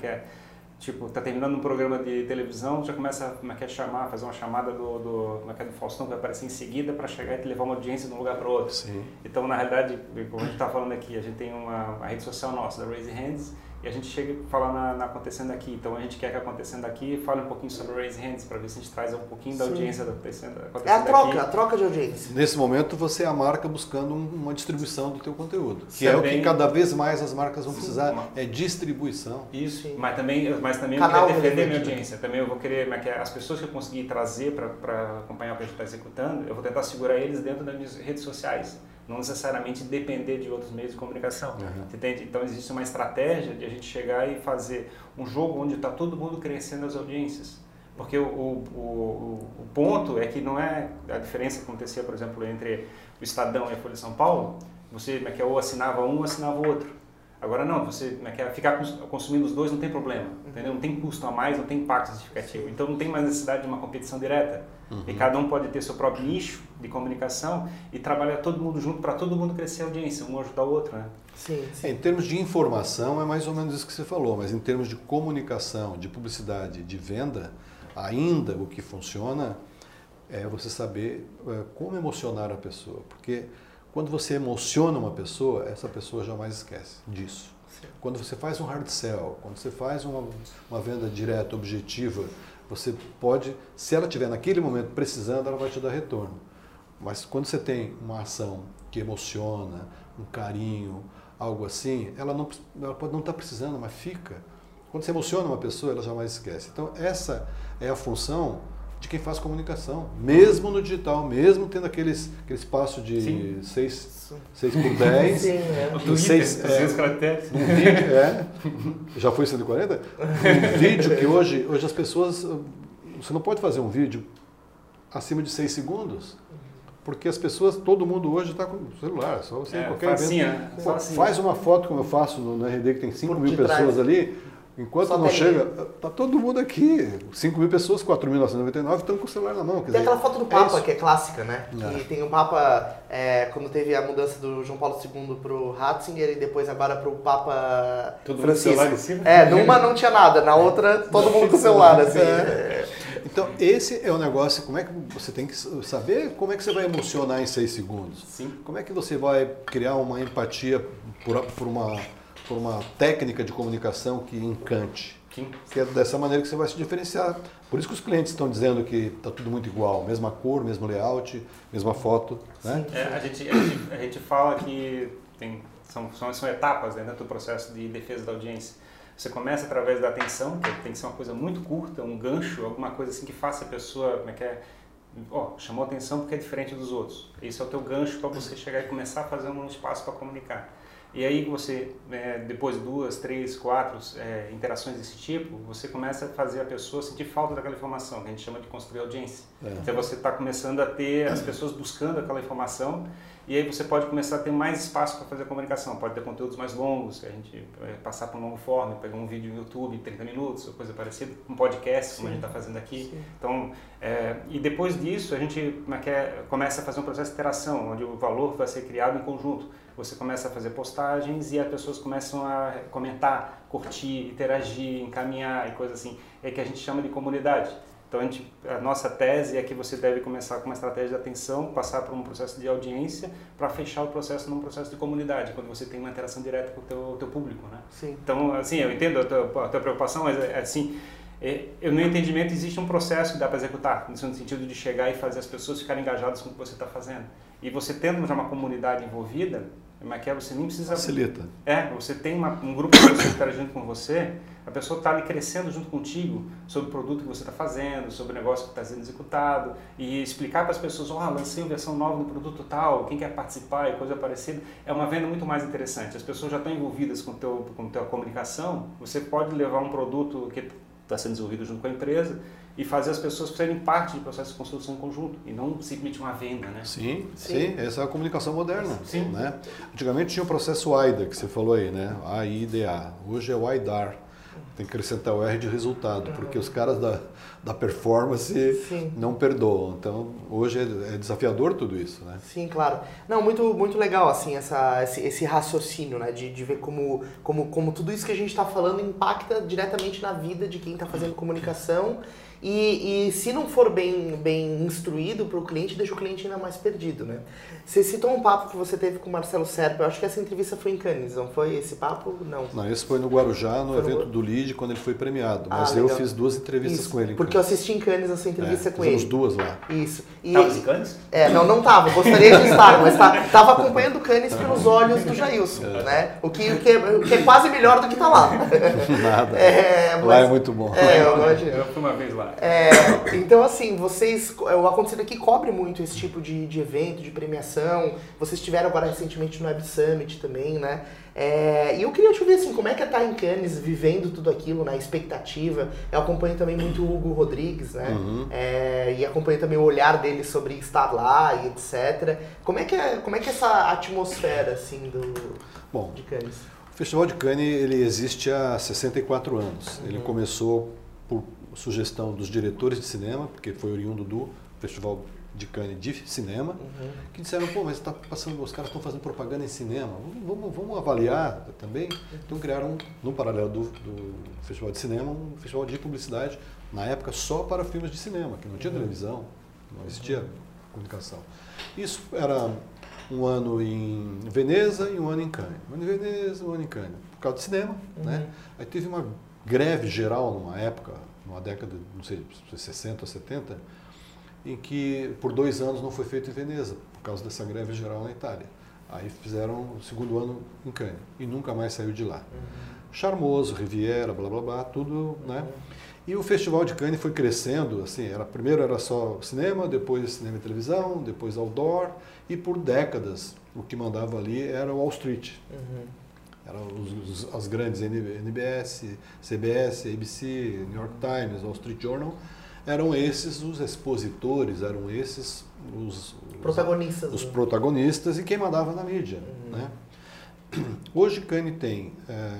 tipo, tá terminando um programa de televisão, já começa a fazer uma chamada do Faustão, que vai aparecer em seguida para chegar e te levar uma audiência de um lugar para o outro. Sim. Então, na realidade, como a gente está falando aqui, a gente tem uma rede social nossa, da Raise Hands, e a gente chega e fala na Acontecendo Aqui. Então a gente quer que Acontecendo Aqui fale um pouquinho sobre o Raise Hands, para ver se a gente traz um pouquinho da audiência da Acontecendo Aqui. É a troca de audiência. Nesse momento você é a marca buscando uma distribuição do teu conteúdo, que também, é o que cada vez mais as marcas vão precisar, é distribuição. Isso, Sim. mas também eu quero defender a minha audiência. Também eu vou querer, as pessoas que eu conseguir trazer para acompanhar o que a gente está executando, eu vou tentar segurar eles dentro das minhas redes sociais. Não necessariamente depender de outros meios de comunicação. Entende? Então existe uma estratégia de a gente chegar e fazer um jogo onde está todo mundo crescendo as audiências. Porque o ponto é que não é a diferença que acontecia, por exemplo, entre o Estadão e a Folha de São Paulo, você ou assinava um ou assinava o outro. Agora não, você ficar consumindo os dois não tem problema, entendeu? Não tem custo a mais, não tem impacto significativo. Então não tem mais necessidade de uma competição direta. E cada um pode ter seu próprio nicho de comunicação e trabalhar todo mundo junto para todo mundo crescer a audiência, um ajudar o outro, né? Sim. Em termos de informação é mais ou menos isso que você falou, mas em termos de comunicação, de publicidade, de venda, ainda o que funciona é você saber como emocionar a pessoa, porque quando você emociona uma pessoa, essa pessoa jamais esquece disso. Sim. Quando você faz um hard sell, quando você faz uma venda direta, objetiva, você pode, se ela estiver naquele momento precisando, ela vai te dar retorno. Mas quando você tem uma ação que emociona, um carinho, algo assim, ela pode não estar precisando, mas fica. Quando você emociona uma pessoa, ela jamais esquece. Então essa é a função de quem faz comunicação, mesmo no digital, mesmo tendo aquele espaço de 6 por 10, Sim, o 6 caracteres. Um vídeo, já foi 140? Um vídeo que hoje as pessoas, você não pode fazer um vídeo acima de 6 segundos, porque as pessoas, todo mundo hoje está com o celular, só você qualquer evento. Faz uma foto como eu faço no RD, que tem 5.000 pessoas ali. Enquanto não chega, tá todo mundo aqui. 5.000 pessoas, 4.999 estão com o celular na mão. Tem aquela foto do Papa, que é clássica, né? Que tem o Papa, quando teve a mudança do João Paulo II pro Ratzinger e depois agora pro Papa Francisco. Celular em cima? Numa não tinha nada, na outra todo mundo com o celular, assim. Então, esse é o negócio, como é que você tem que saber como é que você vai emocionar em 6 segundos. Sim. Como é que você vai criar uma empatia por uma técnica de comunicação que encante. Sim. Que é dessa maneira que você vai se diferenciar. Por isso que os clientes estão dizendo que está tudo muito igual, mesma cor, mesmo layout, mesma foto. Né? A gente fala que são etapas dentro do processo de defesa da audiência. Você começa através da atenção, que tem que ser uma coisa muito curta, um gancho, alguma coisa assim que faça a pessoa, chamou atenção porque é diferente dos outros. Esse é o teu gancho para você chegar e começar a fazer um espaço para comunicar. E aí você, depois de 2, 3, 4 interações desse tipo, você começa a fazer a pessoa sentir falta daquela informação, que a gente chama de construir audiência. Então você está começando a ter as pessoas buscando aquela informação e aí você pode começar a ter mais espaço para fazer a comunicação. Pode ter conteúdos mais longos, a gente passar por um longo form, pegar um vídeo no YouTube, 30 minutos, ou coisa parecida, um podcast, como a gente está fazendo aqui. Sim. Então, e depois disso a gente começa a fazer um processo de interação, onde o valor vai ser criado em conjunto. Você começa a fazer postagens e as pessoas começam a comentar, curtir, interagir, encaminhar e coisas assim. É que a gente chama de comunidade. Então a nossa tese é que você deve começar com uma estratégia de atenção, passar por um processo de audiência para fechar o processo num processo de comunidade, quando você tem uma interação direta com o teu público, né? Sim. Então, assim, eu entendo a tua preocupação, mas assim, no meu entendimento existe um processo que dá para executar, no sentido de chegar e fazer as pessoas ficarem engajadas com o que você está fazendo. E você tendo já uma comunidade envolvida, você nem precisa... Facilita. Você tem um grupo de pessoas interagindo com você, a pessoa está ali crescendo junto contigo sobre o produto que você está fazendo, sobre o negócio que está sendo executado, e explicar para as pessoas, lancei uma versão nova do produto tal, quem quer participar e coisa parecida, é uma venda muito mais interessante. As pessoas já estão envolvidas com a tua comunicação, você pode levar um produto que está sendo desenvolvido junto com a empresa e fazer as pessoas serem parte do processo de construção em conjunto e não simplesmente uma venda, né? Sim, essa é a comunicação moderna. Sim. Né? Antigamente tinha o processo AIDA, que você falou aí, né? AIDA. Hoje é o AIDAR. Tem que acrescentar o R de resultado, porque os caras da performance não perdoam. Então, hoje é desafiador tudo isso, né? Sim, claro. Não, muito legal, assim, esse raciocínio, né? De ver como tudo isso que a gente está falando impacta diretamente na vida de quem está fazendo comunicação E se não for bem instruído para o cliente, deixa o cliente ainda mais perdido, né? Você citou um papo que você teve com o Marcelo Serpa, eu acho que essa entrevista foi em Cannes, não foi esse papo? Não. Não, esse foi no Guarujá, no evento do LEAD, quando ele foi premiado. Mas eu fiz 2 entrevistas com ele. Porque eu assisti em Cannes essa entrevista com ele. Fizemos 2 lá. Isso. Tava em Cannes? Não tava. Gostaria de estar, mas tava acompanhando o Cannes pelos olhos do Jailson, né? O que é quase melhor do que tá lá. Nada. Lá é muito bom. Eu fui uma vez lá. Então, assim, o Acontecendo Aqui cobre muito esse tipo de evento, de premiação. Vocês estiveram agora recentemente no Web Summit também, né? E eu queria te ouvir, assim, como é que é estar em Cannes, vivendo tudo aquilo, na expectativa. Eu acompanho também muito o Hugo Rodrigues, né? E acompanho também o olhar dele sobre estar lá e etc. Como é que é essa atmosfera, assim, de Cannes? O Festival de Cannes, ele existe há 64 anos. Ele começou por sugestão dos diretores de cinema, porque foi oriundo do Festival de Cannes de cinema, que disseram, pô, mas tá passando, os caras estão fazendo propaganda em cinema, vamos avaliar também. Então criaram, no paralelo do Festival de Cinema, um festival de publicidade, na época só para filmes de cinema, que não tinha televisão, não existia comunicação. Isso era um ano em Veneza e um ano em Cannes. Um ano em Veneza, um ano em Cannes, por causa de cinema, né? Aí teve uma greve geral numa época, numa década, não sei, 60 ou 70, em que por 2 anos não foi feito em Veneza, por causa dessa greve geral na Itália. Aí fizeram o 2º ano em Cannes e nunca mais saiu de lá. Charmoso, Riviera, blá blá blá, tudo, né? E o Festival de Cannes foi crescendo, assim, primeiro era só cinema, depois cinema e televisão, depois outdoor, e por décadas o que mandava ali era o Wall Street. Eram as grandes NBS, CBS, ABC, New York Times, Wall Street Journal. Eram esses os expositores, eram esses os protagonistas e quem mandava na mídia. Né? Hoje Cannes tem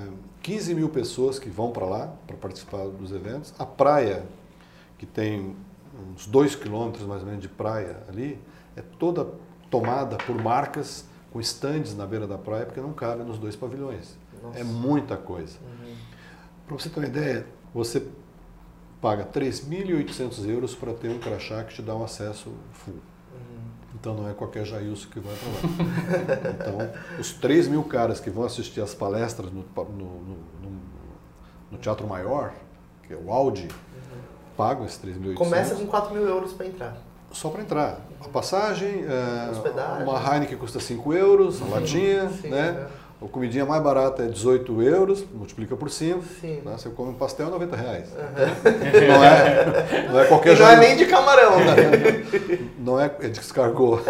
15 mil pessoas que vão para lá para participar dos eventos. A praia, que tem uns 2 quilômetros mais ou menos de praia ali, é toda tomada por marcas com estandes na beira da praia, porque não cabe nos 2 pavilhões. Nossa. É muita coisa. Para você ter uma ideia, você paga 3.800 euros para ter um crachá que te dá um acesso full. Então não é qualquer Jailson que vai para lá. Então, os 3 mil caras que vão assistir as palestras no Teatro Maior, que é o Audi, pagam esses 3.800. Começa com 4.000 euros para entrar. Só para entrar. A passagem, uma Heineken custa 5 euros, a latinha, né? A comidinha mais barata é 18 euros, multiplica por 5. Né? Você come um pastel é 90 reais. Não é qualquer Jailson. Não é nem de camarão. Não é descargou.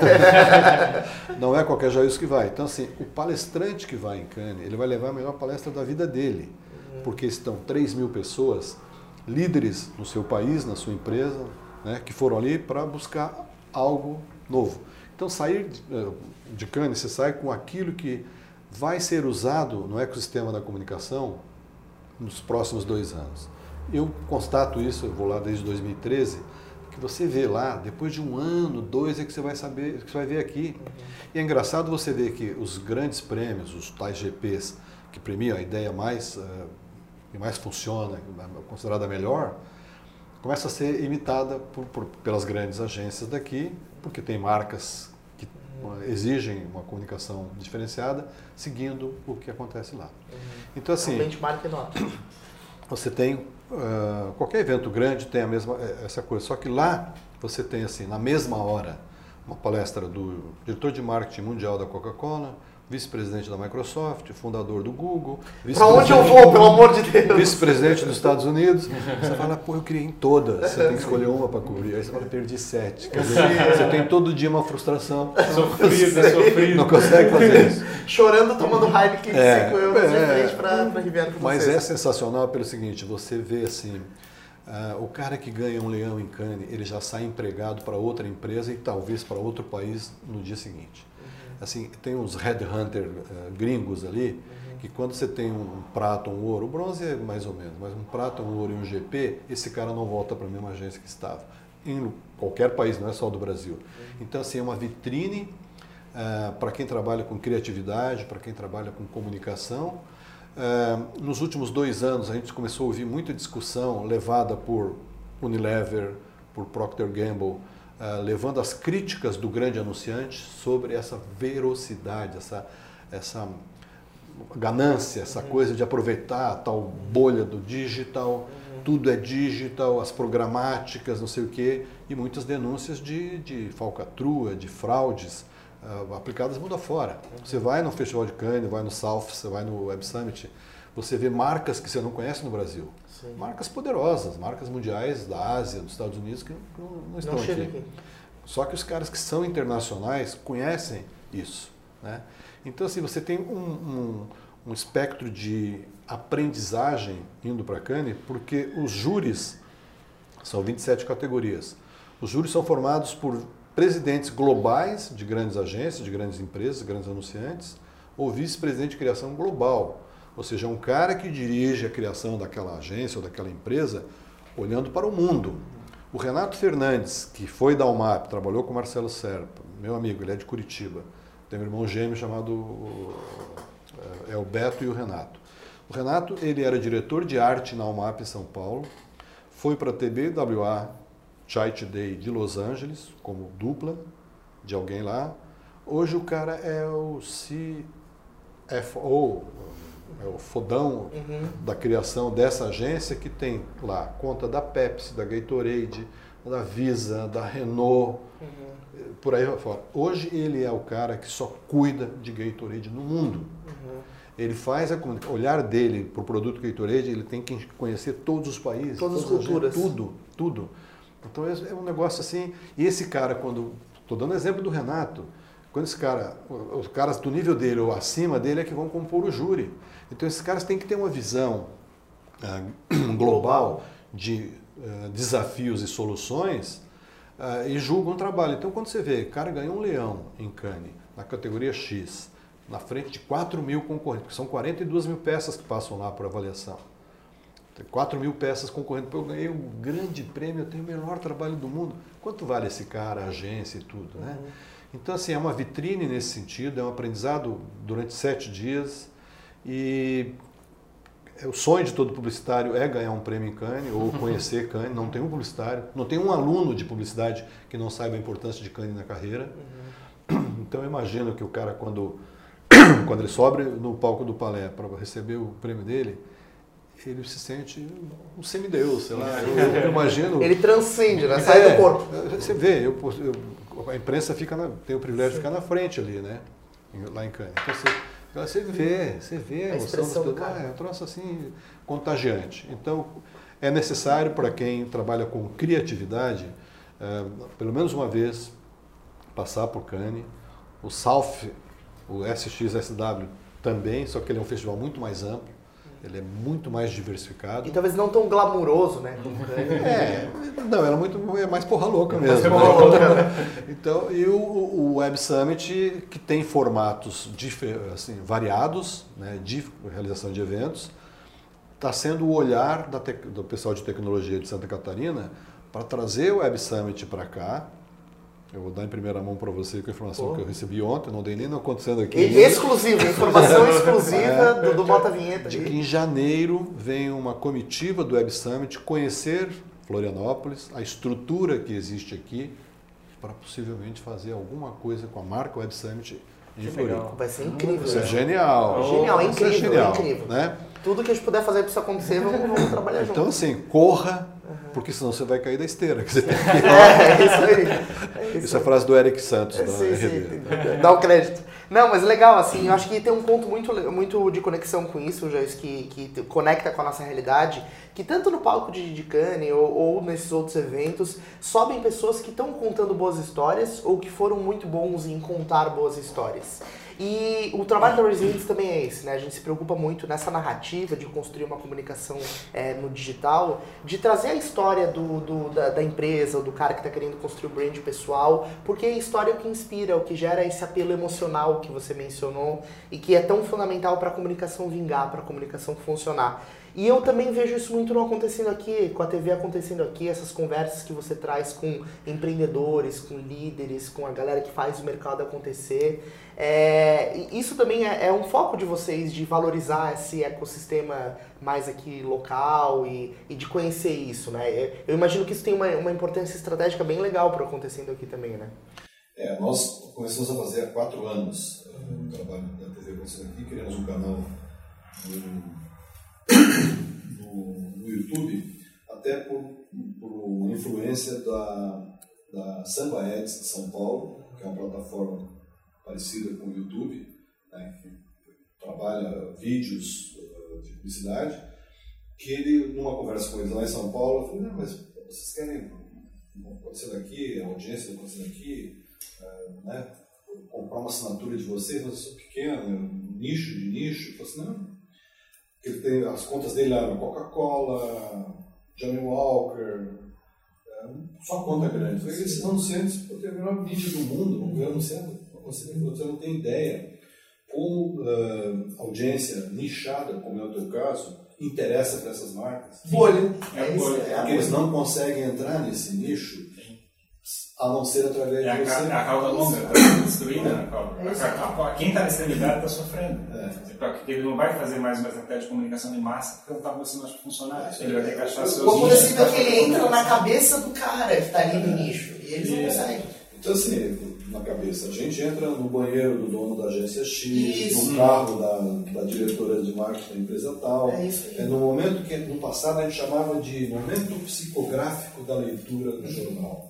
Não é qualquer Jailson que vai. Então, assim, o palestrante que vai em Cannes, ele vai levar a melhor palestra da vida dele. Porque estão 3 mil pessoas, líderes no seu país, na sua empresa, né, que foram ali para buscar algo novo. Então, sair de Cannes, você sai com aquilo que vai ser usado no ecossistema da comunicação nos próximos 2 anos. Eu constato isso, eu vou lá desde 2013, que você vê lá, depois de 1 ano, 2, é que você vai saber, que você vai ver aqui. E é engraçado você ver que os grandes prêmios, os tais GPs, que premiam a ideia que mais funciona, considerada melhor, começa a ser imitada pelas grandes agências daqui, porque tem marcas que exigem uma comunicação diferenciada, seguindo o que acontece lá. Então, assim, benchmark enorme. Você tem, qualquer evento grande tem essa coisa, só que lá você tem, assim, na mesma hora, uma palestra do diretor de marketing mundial da Coca-Cola, vice-presidente da Microsoft, fundador do Google. Para onde eu vou, pelo amor de Deus? Vice-presidente dos Estados Unidos. Você fala, pô, eu queria ir em todas. Você tem que escolher uma para cobrir. Aí você fala, perdi 7. Quer dizer, você tem todo dia uma frustração. Sofrido. Não consegue fazer isso. Chorando, tomando Heineken de 5 euros de frente para Riviera com Mas vocês. é sensacional pelo seguinte, você vê assim, o cara que ganha um leão em Cannes, ele já sai empregado para outra empresa e talvez para outro país no dia seguinte. Assim, tem uns headhunter gringos ali, que quando você tem um prata, um ouro, o bronze é mais ou menos, mas um prata, um ouro e um GP, esse cara não volta para a mesma agência que estava. Em qualquer país, não é só do Brasil. Então, assim, é uma vitrine para quem trabalha com criatividade, para quem trabalha com comunicação. Nos últimos 2 anos, a gente começou a ouvir muita discussão levada por Unilever, por Procter & Gamble, levando as críticas do grande anunciante sobre essa velocidade, essa ganância, essa coisa de aproveitar a tal bolha do digital, tudo é digital, as programáticas, não sei o quê, e muitas denúncias de falcatrua, de fraudes aplicadas mundo afora. Você vai no Festival de Cannes, vai no South, você vai no Web Summit, você vê marcas que você não conhece no Brasil. Sim. Marcas poderosas, marcas mundiais da Ásia, dos Estados Unidos, que não estão aqui. Só que os caras que são internacionais conhecem isso, né? Então, assim, você tem um espectro de aprendizagem indo para Cannes, porque os júris, são 27 categorias, os júris são formados por presidentes globais de grandes agências, de grandes empresas, grandes anunciantes, ou vice-presidente de criação global, ou seja, um cara que dirige a criação daquela agência ou daquela empresa olhando para o mundo. O Renato Fernandes, que foi da UMAP, trabalhou com o Marcelo Serpa, meu amigo, ele é de Curitiba, tem um irmão gêmeo chamado o Beto e o Renato. O Renato, ele era diretor de arte na UMAP em São Paulo, foi para a TBWA Chai Today de Los Angeles, como dupla de alguém lá. Hoje o cara é o CFO, é o fodão da criação dessa agência, que tem lá conta da Pepsi, da Gatorade, da Visa, da Renault, por aí fora. Hoje ele é o cara que só cuida de Gatorade no mundo. Ele faz o olhar dele para o produto Gatorade, ele tem que conhecer todos os países, todas as culturas, tudo. Então é um negócio assim. E esse cara, quando estou dando exemplo do Renato, quando esse cara, os caras do nível dele ou acima dele é que vão compor o júri. Então esses caras têm que ter uma visão global de desafios e soluções e julgam o trabalho. Então quando você vê, o cara ganhou um leão em Cannes, na categoria X, na frente de 4 mil concorrentes, porque são 42 mil peças que passam lá por avaliação. Tem 4 mil peças concorrendo. Eu ganhei um grande prêmio, eu tenho o melhor trabalho do mundo. Quanto vale esse cara, a agência e tudo, né? Então, assim, é uma vitrine nesse sentido, é um aprendizado durante 7 dias e o sonho de todo publicitário é ganhar um prêmio em Cannes ou conhecer Cannes. Não tem um publicitário, não tem um aluno de publicidade que não saiba a importância de Cannes na carreira. Então, eu imagino que o cara, quando ele sobe no palco do Palais para receber o prêmio dele, ele se sente um semideus, sei lá. Eu imagino. Ele transcende, né? Sai do corpo. Você vê, a imprensa tem o privilégio de ficar na frente ali, né? Lá em Cannes. Então você vê a emoção do cara. É um troço assim contagiante. Então é necessário para quem trabalha com criatividade, pelo menos uma vez, passar por Cannes. O South, o SXSW também, só que ele é um festival muito mais amplo. Ele é muito mais diversificado. E talvez não tão glamuroso, né? Não, é mais porra louca mesmo. Então, e o Web Summit, que tem formatos assim, variados, né, de realização de eventos, está sendo o olhar do pessoal de tecnologia de Santa Catarina para trazer o Web Summit para cá. Eu vou dar em primeira mão para você com a informação que eu recebi ontem, não dei nem acontecendo aqui. Exclusiva, informação exclusiva do Bota Vinheta. De que em janeiro vem uma comitiva do Web Summit conhecer Florianópolis, a estrutura que existe aqui, para possivelmente fazer alguma coisa com a marca Web Summit em Florianópolis. Vai ser incrível. Isso é genial. Genial, é incrível, genial, é incrível. Né? Tudo que a gente puder fazer para isso acontecer, vamos trabalhar junto. Então, assim, corra, porque senão você vai cair da esteira. Que você tem que... isso aí. Isso é a frase do Eric Santos, da sim, RD. Dá o crédito. Não, mas legal, assim, eu acho que tem um ponto muito de conexão com isso, Joyce, que conecta com a nossa realidade, que tanto no palco de Cannes ou nesses outros eventos, sobem pessoas que estão contando boas histórias ou que foram muito bons em contar boas histórias. E o trabalho da Resilience também é esse, né? A gente se preocupa muito nessa narrativa de construir uma comunicação no digital, de trazer a história da empresa, do cara que está querendo construir o brand pessoal, porque a história é o que inspira, o que gera esse apelo emocional que você mencionou e que é tão fundamental para a comunicação vingar, para a comunicação funcionar. E eu também vejo isso muito não acontecendo aqui, com a TV acontecendo aqui, essas conversas que você traz com empreendedores, com líderes, com a galera que faz o mercado acontecer. Isso também é um foco de vocês, de valorizar esse ecossistema mais aqui local e de conhecer isso, né? Eu imagino que isso tem uma importância estratégica bem legal para acontecendo aqui também, né? Nós começamos a fazer há 4 anos o trabalho da TV acontecendo aqui, criamos um canal no YouTube, até por influência da Samba Ads de São Paulo, que é uma plataforma parecida com o YouTube, né, que trabalha vídeos de publicidade, que ele, numa conversa com eles lá em São Paulo, falou, não, mas vocês querem acontecer daqui, a audiência acontecer aqui, né, comprar uma assinatura de vocês, mas eu sou pequeno, nicho de nicho. Eu falei assim, não, ele tem as contas dele lá, Coca-Cola, Johnny Walker, só conta grande. Eu falei, esses anunciantes podem ter a melhor mídia do mundo, vão ver anunciando, você não tem ideia como audiência nichada, como é o teu caso, interessa para essas marcas. Bolha. Porque eles não conseguem entrar nesse nicho a não ser através de você. A cauda longa está destruída na cauda. Quem está na extremidade está sofrendo. Porque ele não vai fazer mais uma estratégia de comunicação de massa porque não está começando os funcionários. Ele vai ter que achar seus nichos. O possível é que ele entra na cabeça do cara que está ali no nicho. E eles não conseguem. Então, assim, na cabeça, a gente entra no banheiro do dono da agência X, no carro da diretora de marketing da empresa tal. No momento que, no passado, a gente chamava de momento psicográfico da leitura do jornal.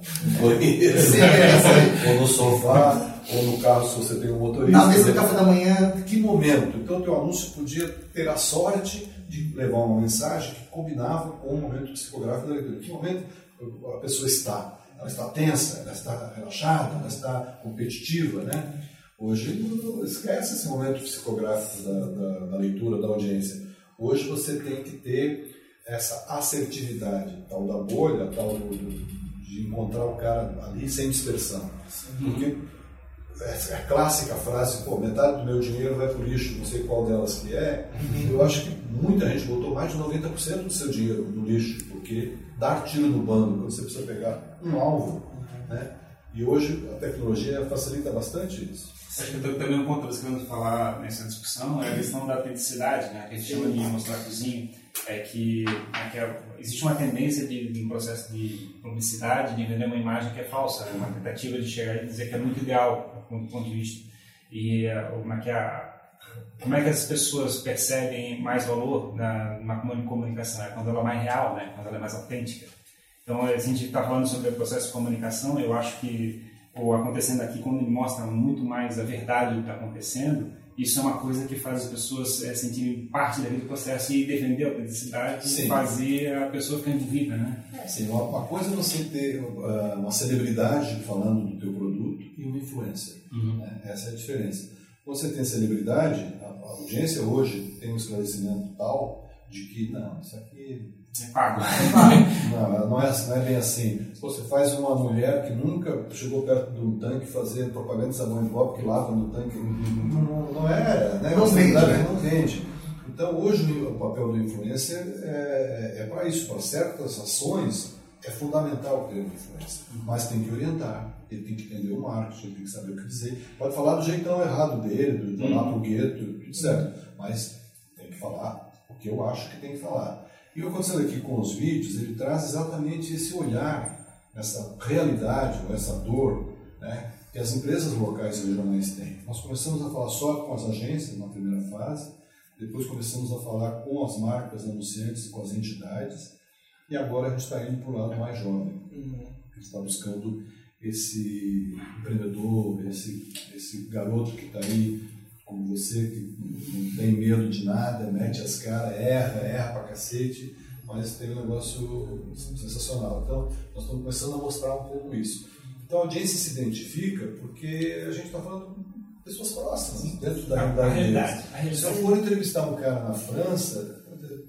Ou no sofá, ou no carro, se você tem um motorista. Na mesa do café da manhã. Que momento? Então, o teu anúncio podia ter a sorte de levar uma mensagem que combinava com o momento psicográfico da leitura. Que momento a pessoa está? Ela está tensa, ela está relaxada, ela está competitiva, né? Hoje, esquece esse momento psicográfico da leitura, da audiência. Hoje você tem que ter essa assertividade, tal da bolha, tal de encontrar o cara ali sem dispersão. Porque é a clássica frase, metade do meu dinheiro vai para o lixo, não sei qual delas que é. Eu acho que muita gente botou mais de 90% do seu dinheiro no lixo, porque dar tiro no bando, quando você precisa pegar um alvo, né? E hoje a tecnologia facilita bastante isso. Acho que também um ponto que você querendo falar nessa discussão é a questão da autenticidade, né? Que a gente chama de mostrar cozinho, existe uma tendência no processo de publicidade de vender uma imagem que é falsa, né? Uma tentativa de chegar e dizer que é muito ideal do ponto de vista. E como é que as pessoas percebem mais valor numa comunicação? É quando ela é mais real, né? Quando ela é mais autêntica. Então, a gente está falando sobre o processo de comunicação, eu acho que o acontecendo aqui, quando ele mostra muito mais a verdade do que está acontecendo, isso é uma coisa que faz as pessoas sentirem parte daquele processo e defender a autenticidade e fazer a pessoa ficar envolvida, né? Sim, uma coisa é você ter uma celebridade falando do teu produto e uma influencer. Né? Essa é a diferença. Quando você tem celebridade, a audiência hoje tem um esclarecimento tal de que, não, isso aqui é pago. Não é bem assim. Se você faz uma mulher que nunca chegou perto de um tanque fazendo propaganda de sabão em pó que lava no tanque, não é, né? Não vende. Então, hoje, o papel do influencer é para isso, para certas ações, é fundamental ter uma influência. Mas tem que orientar, ele tem que entender o marketing, ele tem que saber o que dizer. Pode falar do jeitão errado dele, do falar pro gueto, tudo certo. Mas tem que falar o que eu acho que tem que falar. E o acontecendo aqui com os vídeos, ele traz exatamente esse olhar, essa realidade, ou essa dor, né, que as empresas locais e regionais têm. Nós começamos a falar só com as agências na primeira fase, depois começamos a falar com as marcas anunciantes e com as entidades, e agora a gente está indo para o lado mais jovem. A gente está buscando esse empreendedor, esse garoto que está aí, como você, que não tem medo de nada, mete as caras, erra pra cacete, mas tem um negócio sensacional. Então, nós estamos começando a mostrar um pouco isso. Então, a audiência se identifica porque a gente está falando de pessoas próximas, dentro da realidade deles. Se eu for entrevistar um cara na França,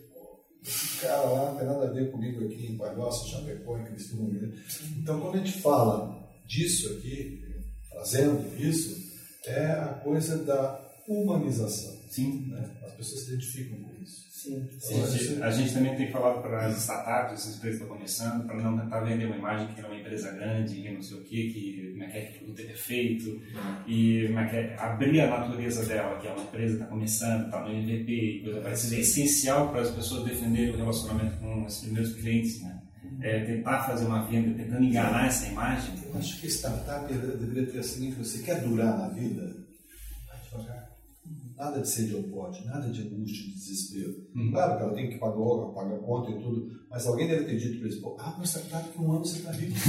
esse cara lá não tem nada a ver comigo aqui em Palhoça, Chapecó, em Cristina. Então, quando a gente fala disso aqui, trazendo isso, é a coisa da humanização. Sim. Né? As pessoas se identificam com isso. Sim. A gente também tem falado para as startups, as empresas que estão começando, para não tentar vender uma imagem que é uma empresa grande, que não sei o quê, que o produto é perfeito, e abrir a natureza dela, que é uma empresa que está começando, está no MVP, coisa parecida. É essencial para as pessoas defenderem o relacionamento com os primeiros clientes, né? Tentar fazer uma venda, tentando enganar essa imagem. Eu acho que startup deveria ter a seguinte: você quer durar na vida? Vai devagar. Nada de sede ao pote, nada de angústia, de desespero. Claro que ela tem que pagar a conta e tudo, mas alguém deve ter dito para eles: uma startup que 1 ano você está rico.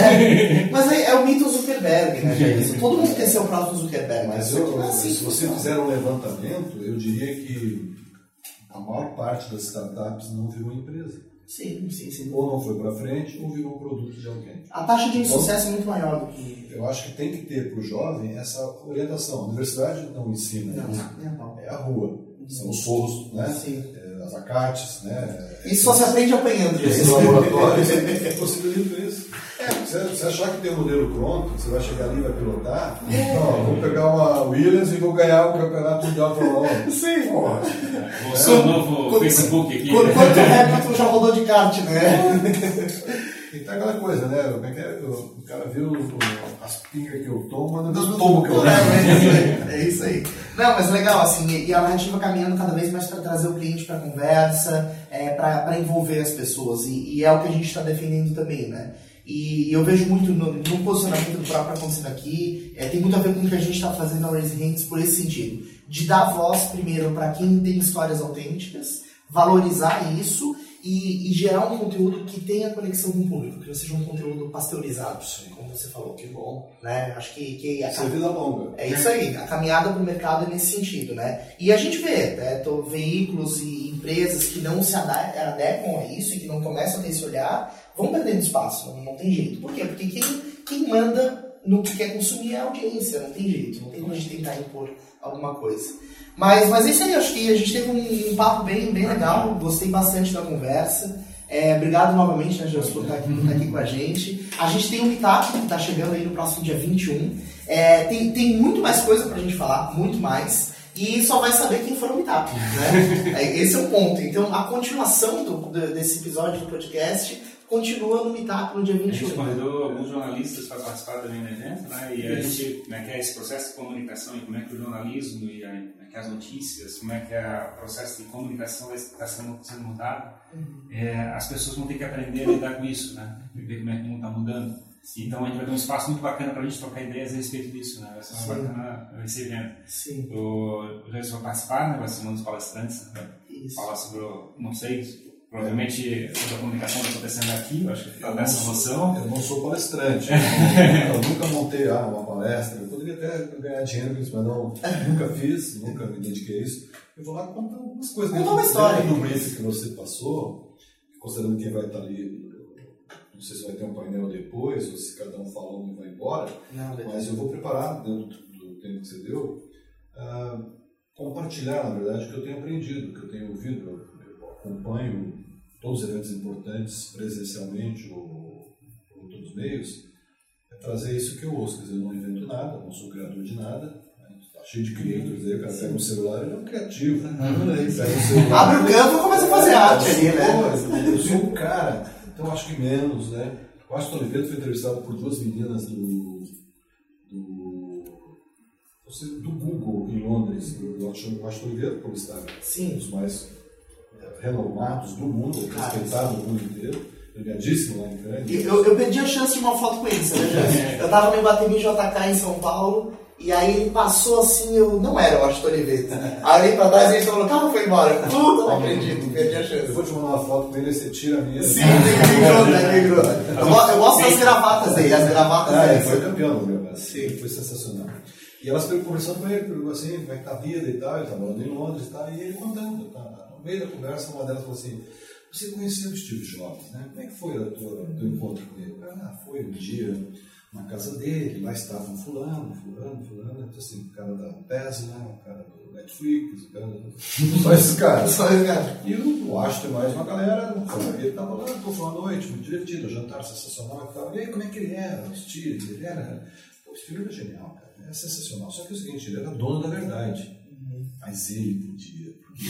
Mas é o mito Zuckerberg, né, Jair? Todo mundo quer ser o próximo Zuckerberg. Mas se você fizer um levantamento, eu diria que a maior parte das startups não virou empresa. Sim. Ou não foi para frente, ou virou um produto de alguém. A taxa de insucesso é muito maior do que... Eu acho que tem que ter para o jovem essa orientação. A universidade não ensina isso. Não. É a rua. São os forros, né? Sim. As acates, né? Isso só se aprende apanhando. Esses laboratórios possibilitam isso. Você achar que tem um modelo pronto, você vai chegar ali e vai pilotar, não, vou pegar uma Williams e vou ganhar o campeonato mundial de Fórmula 1. Sim. Vou ser o novo Facebook aqui. Quanto Hamilton já rodou de kart, né? Então é aquela coisa, né? O cara viu as pingas que eu tomo, mas não tomo que eu levo. É isso aí. Não, mas legal, assim, e a narrativa caminhando cada vez mais para trazer o cliente para a conversa, para envolver as pessoas, e é o que a gente está defendendo também, né? E eu vejo muito no posicionamento do próprio acontecendo aqui, tem muito a ver com o que a gente está fazendo na Raise Hands por esse sentido, de dar voz primeiro para quem tem histórias autênticas, valorizar isso e gerar um conteúdo que tenha conexão com o público, que não seja um conteúdo pasteurizado, como você falou. Que bom, né? Acho que isso é vida longa. É isso aí, a caminhada para o mercado é nesse sentido, né? E a gente vê, veículos e empresas que não se adequam a isso e que não começam a ter esse olhar, vão perdendo espaço, não tem jeito. Por quê? Porque quem manda no que quer consumir é a audiência, não tem jeito, não tem como a gente tentar impor alguma coisa. Mas é isso aí, acho que a gente teve um papo bem legal, gostei bastante da conversa. Obrigado novamente, né, Jesus, por estar aqui com a gente. A gente tem um meetup que está chegando aí no próximo dia 21. Tem muito mais coisa pra gente falar, muito mais. E só vai saber quem for no meetup, né? Esse é o ponto. Então, a continuação desse episódio do podcast continua no meetup no dia 21. A gente convidou alguns jornalistas para participar também do evento, né? E a gente, como é que é esse processo de comunicação e como é que o jornalismo e como é que as notícias, como é que o processo de comunicação está sendo mudado. As pessoas vão ter que aprender a lidar com isso, né? E ver como é que o mundo está mudando. Então a gente vai ter um espaço muito bacana para a gente trocar ideias a respeito disso, né? Vai ser muito bacana esse evento. Sim. O Jason vai participar, né? Vai ser um dos palestrantes, né? Falar sobre, não sei, provavelmente toda a comunicação está acontecendo aqui, eu acho que está nessa noção. Eu não sou palestrante, eu nunca montei uma palestra, eu poderia até ganhar dinheiro com isso, mas nunca fiz, nunca me dediquei a isso. Eu vou lá contar algumas coisas dentro do briefing que você passou, considerando quem vai estar ali. Não sei se vai ter um painel depois, ou se cada um falando e vai embora, mas eu vou preparar, dentro do tempo que você deu, compartilhar, na verdade, o que eu tenho aprendido, o que eu tenho ouvido. Eu acompanho todos os eventos importantes presencialmente ou por outros meios, trazer isso que eu ouço. Quer dizer, eu não invento nada, não sou criador de nada, está cheio de criadores aí, o cara pega um celular, ele é um criativo. Abre o campo e começa a fazer arte ali, né? Eu sou um cara. Então, acho que menos, né? O Washington Oliveto foi entrevistado por 2 meninas do Google em Londres. O Washington Oliveto, como está, um dos mais renomados do mundo, respeitado no mundo inteiro, premiadíssimo lá em Cannes. Eu perdi a chance de uma foto com ele, sabe? Eu tava no Iguatemi JK em São Paulo, e aí ele passou assim, eu não era o Washington Oliveto. Aí eu olhei pra trás e ele falou, o carro foi embora. Puta, não acredito, perdi a chance. Eu vou te mandar uma foto com ele e você tira a minha. Sim, migrou. Eu gosto das gravatas dele, foi campeão do meu, sim, foi sensacional. E elas conversando com ele, assim, como é que tá a vida e tal, ele tá morando em Londres e tal, e ele contando, no meio da conversa, uma delas falou assim, você conheceu o Steve Jobs, né? Como é que foi o teu encontro com ele? Foi um dia na casa dele, lá estava um fulano, então, assim, o cara da Tesla, o cara do Netflix, o cara só esses caras. E eu acho que tem mais uma galera, ele estava lá, foi uma noite, muito divertido, jantar sensacional e tal. E aí, como é que ele era, o Steve? O Steve era genial, cara, é sensacional. Só que é o seguinte, ele era dono da verdade. Mas ele podia.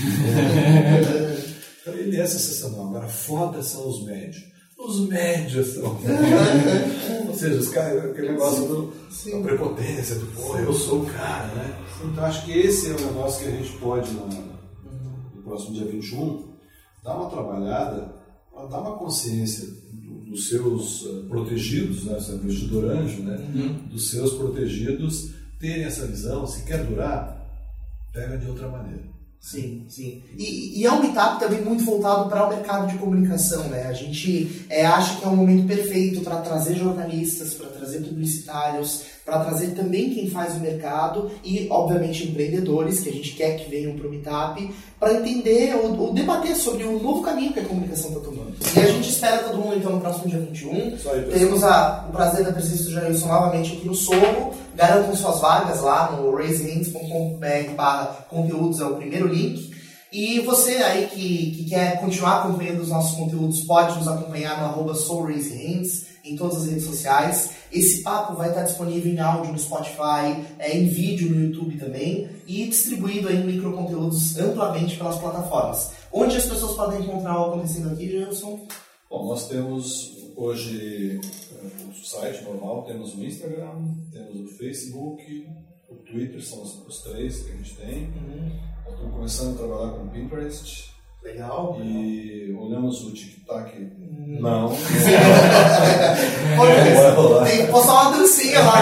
Então ele é sensacional. Agora, foda são os médios. Os médios são. Ou seja, os caras, aquele negócio da prepotência, do pô, eu sou o cara, né? Então acho que esse é o negócio que a gente pode, no próximo dia 21, dar uma trabalhada, dar uma consciência dos seus protegidos, né? Você é investidor anjo, né? Dos seus protegidos terem essa visão. Se quer durar, pega de outra maneira. Sim, sim. E é um meetup também muito voltado para o mercado de comunicação, né? A gente acha que é um momento perfeito para trazer jornalistas, para trazer publicitários, para trazer também quem faz o mercado e, obviamente, empreendedores, que a gente quer que venham para o meetup, para entender ou debater sobre o novo caminho que a comunicação está tomando. E a gente espera todo mundo, então, no próximo dia 21. Teremos o prazer da presença do Jailson novamente aqui no Sorro. Garantam suas vagas lá no raisehands.com.br/conteúdos, é o primeiro link. E você aí que quer continuar acompanhando os nossos conteúdos, pode nos acompanhar no @soulraisehands em todas as redes sociais. Esse papo vai estar disponível em áudio no Spotify, em vídeo no YouTube também, e distribuído aí em microconteúdos amplamente pelas plataformas. Onde as pessoas podem encontrar o acontecendo aqui, Jailson? Bom, nós temos hoje o site normal, temos o Instagram, temos o Facebook, o Twitter, são os três que a gente tem. Nós estamos começando a trabalhar com o Pinterest. Legal. E olhamos o TikTok. Não. Tem que postar uma dancinha lá.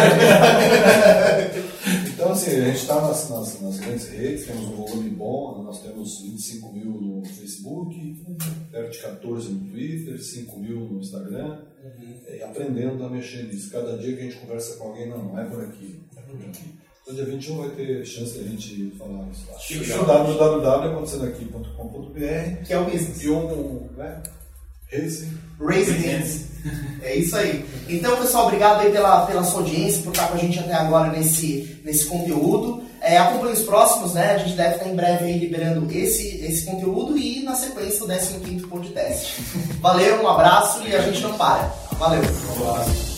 Então, assim, a gente está nas grandes redes, temos um volume bom, nós temos 25 mil no Facebook, perto de 14 no Twitter, 5 mil no Instagram, e aprendendo a mexer nisso. Cada dia que a gente conversa com alguém, não é por aqui, é por aqui. Então, dia 21 vai ter chance de a gente falar isso lá. www.acontecendaqui.com.br, que é o business. E Raising Hands. É isso aí. Então, pessoal, obrigado aí pela sua audiência, por estar com a gente até agora nesse conteúdo. Acompanhe os próximos, né? A gente deve estar em breve aí liberando esse conteúdo e, na sequência, o 15º podcast. Valeu, um abraço e a gente não para. Valeu. Um abraço.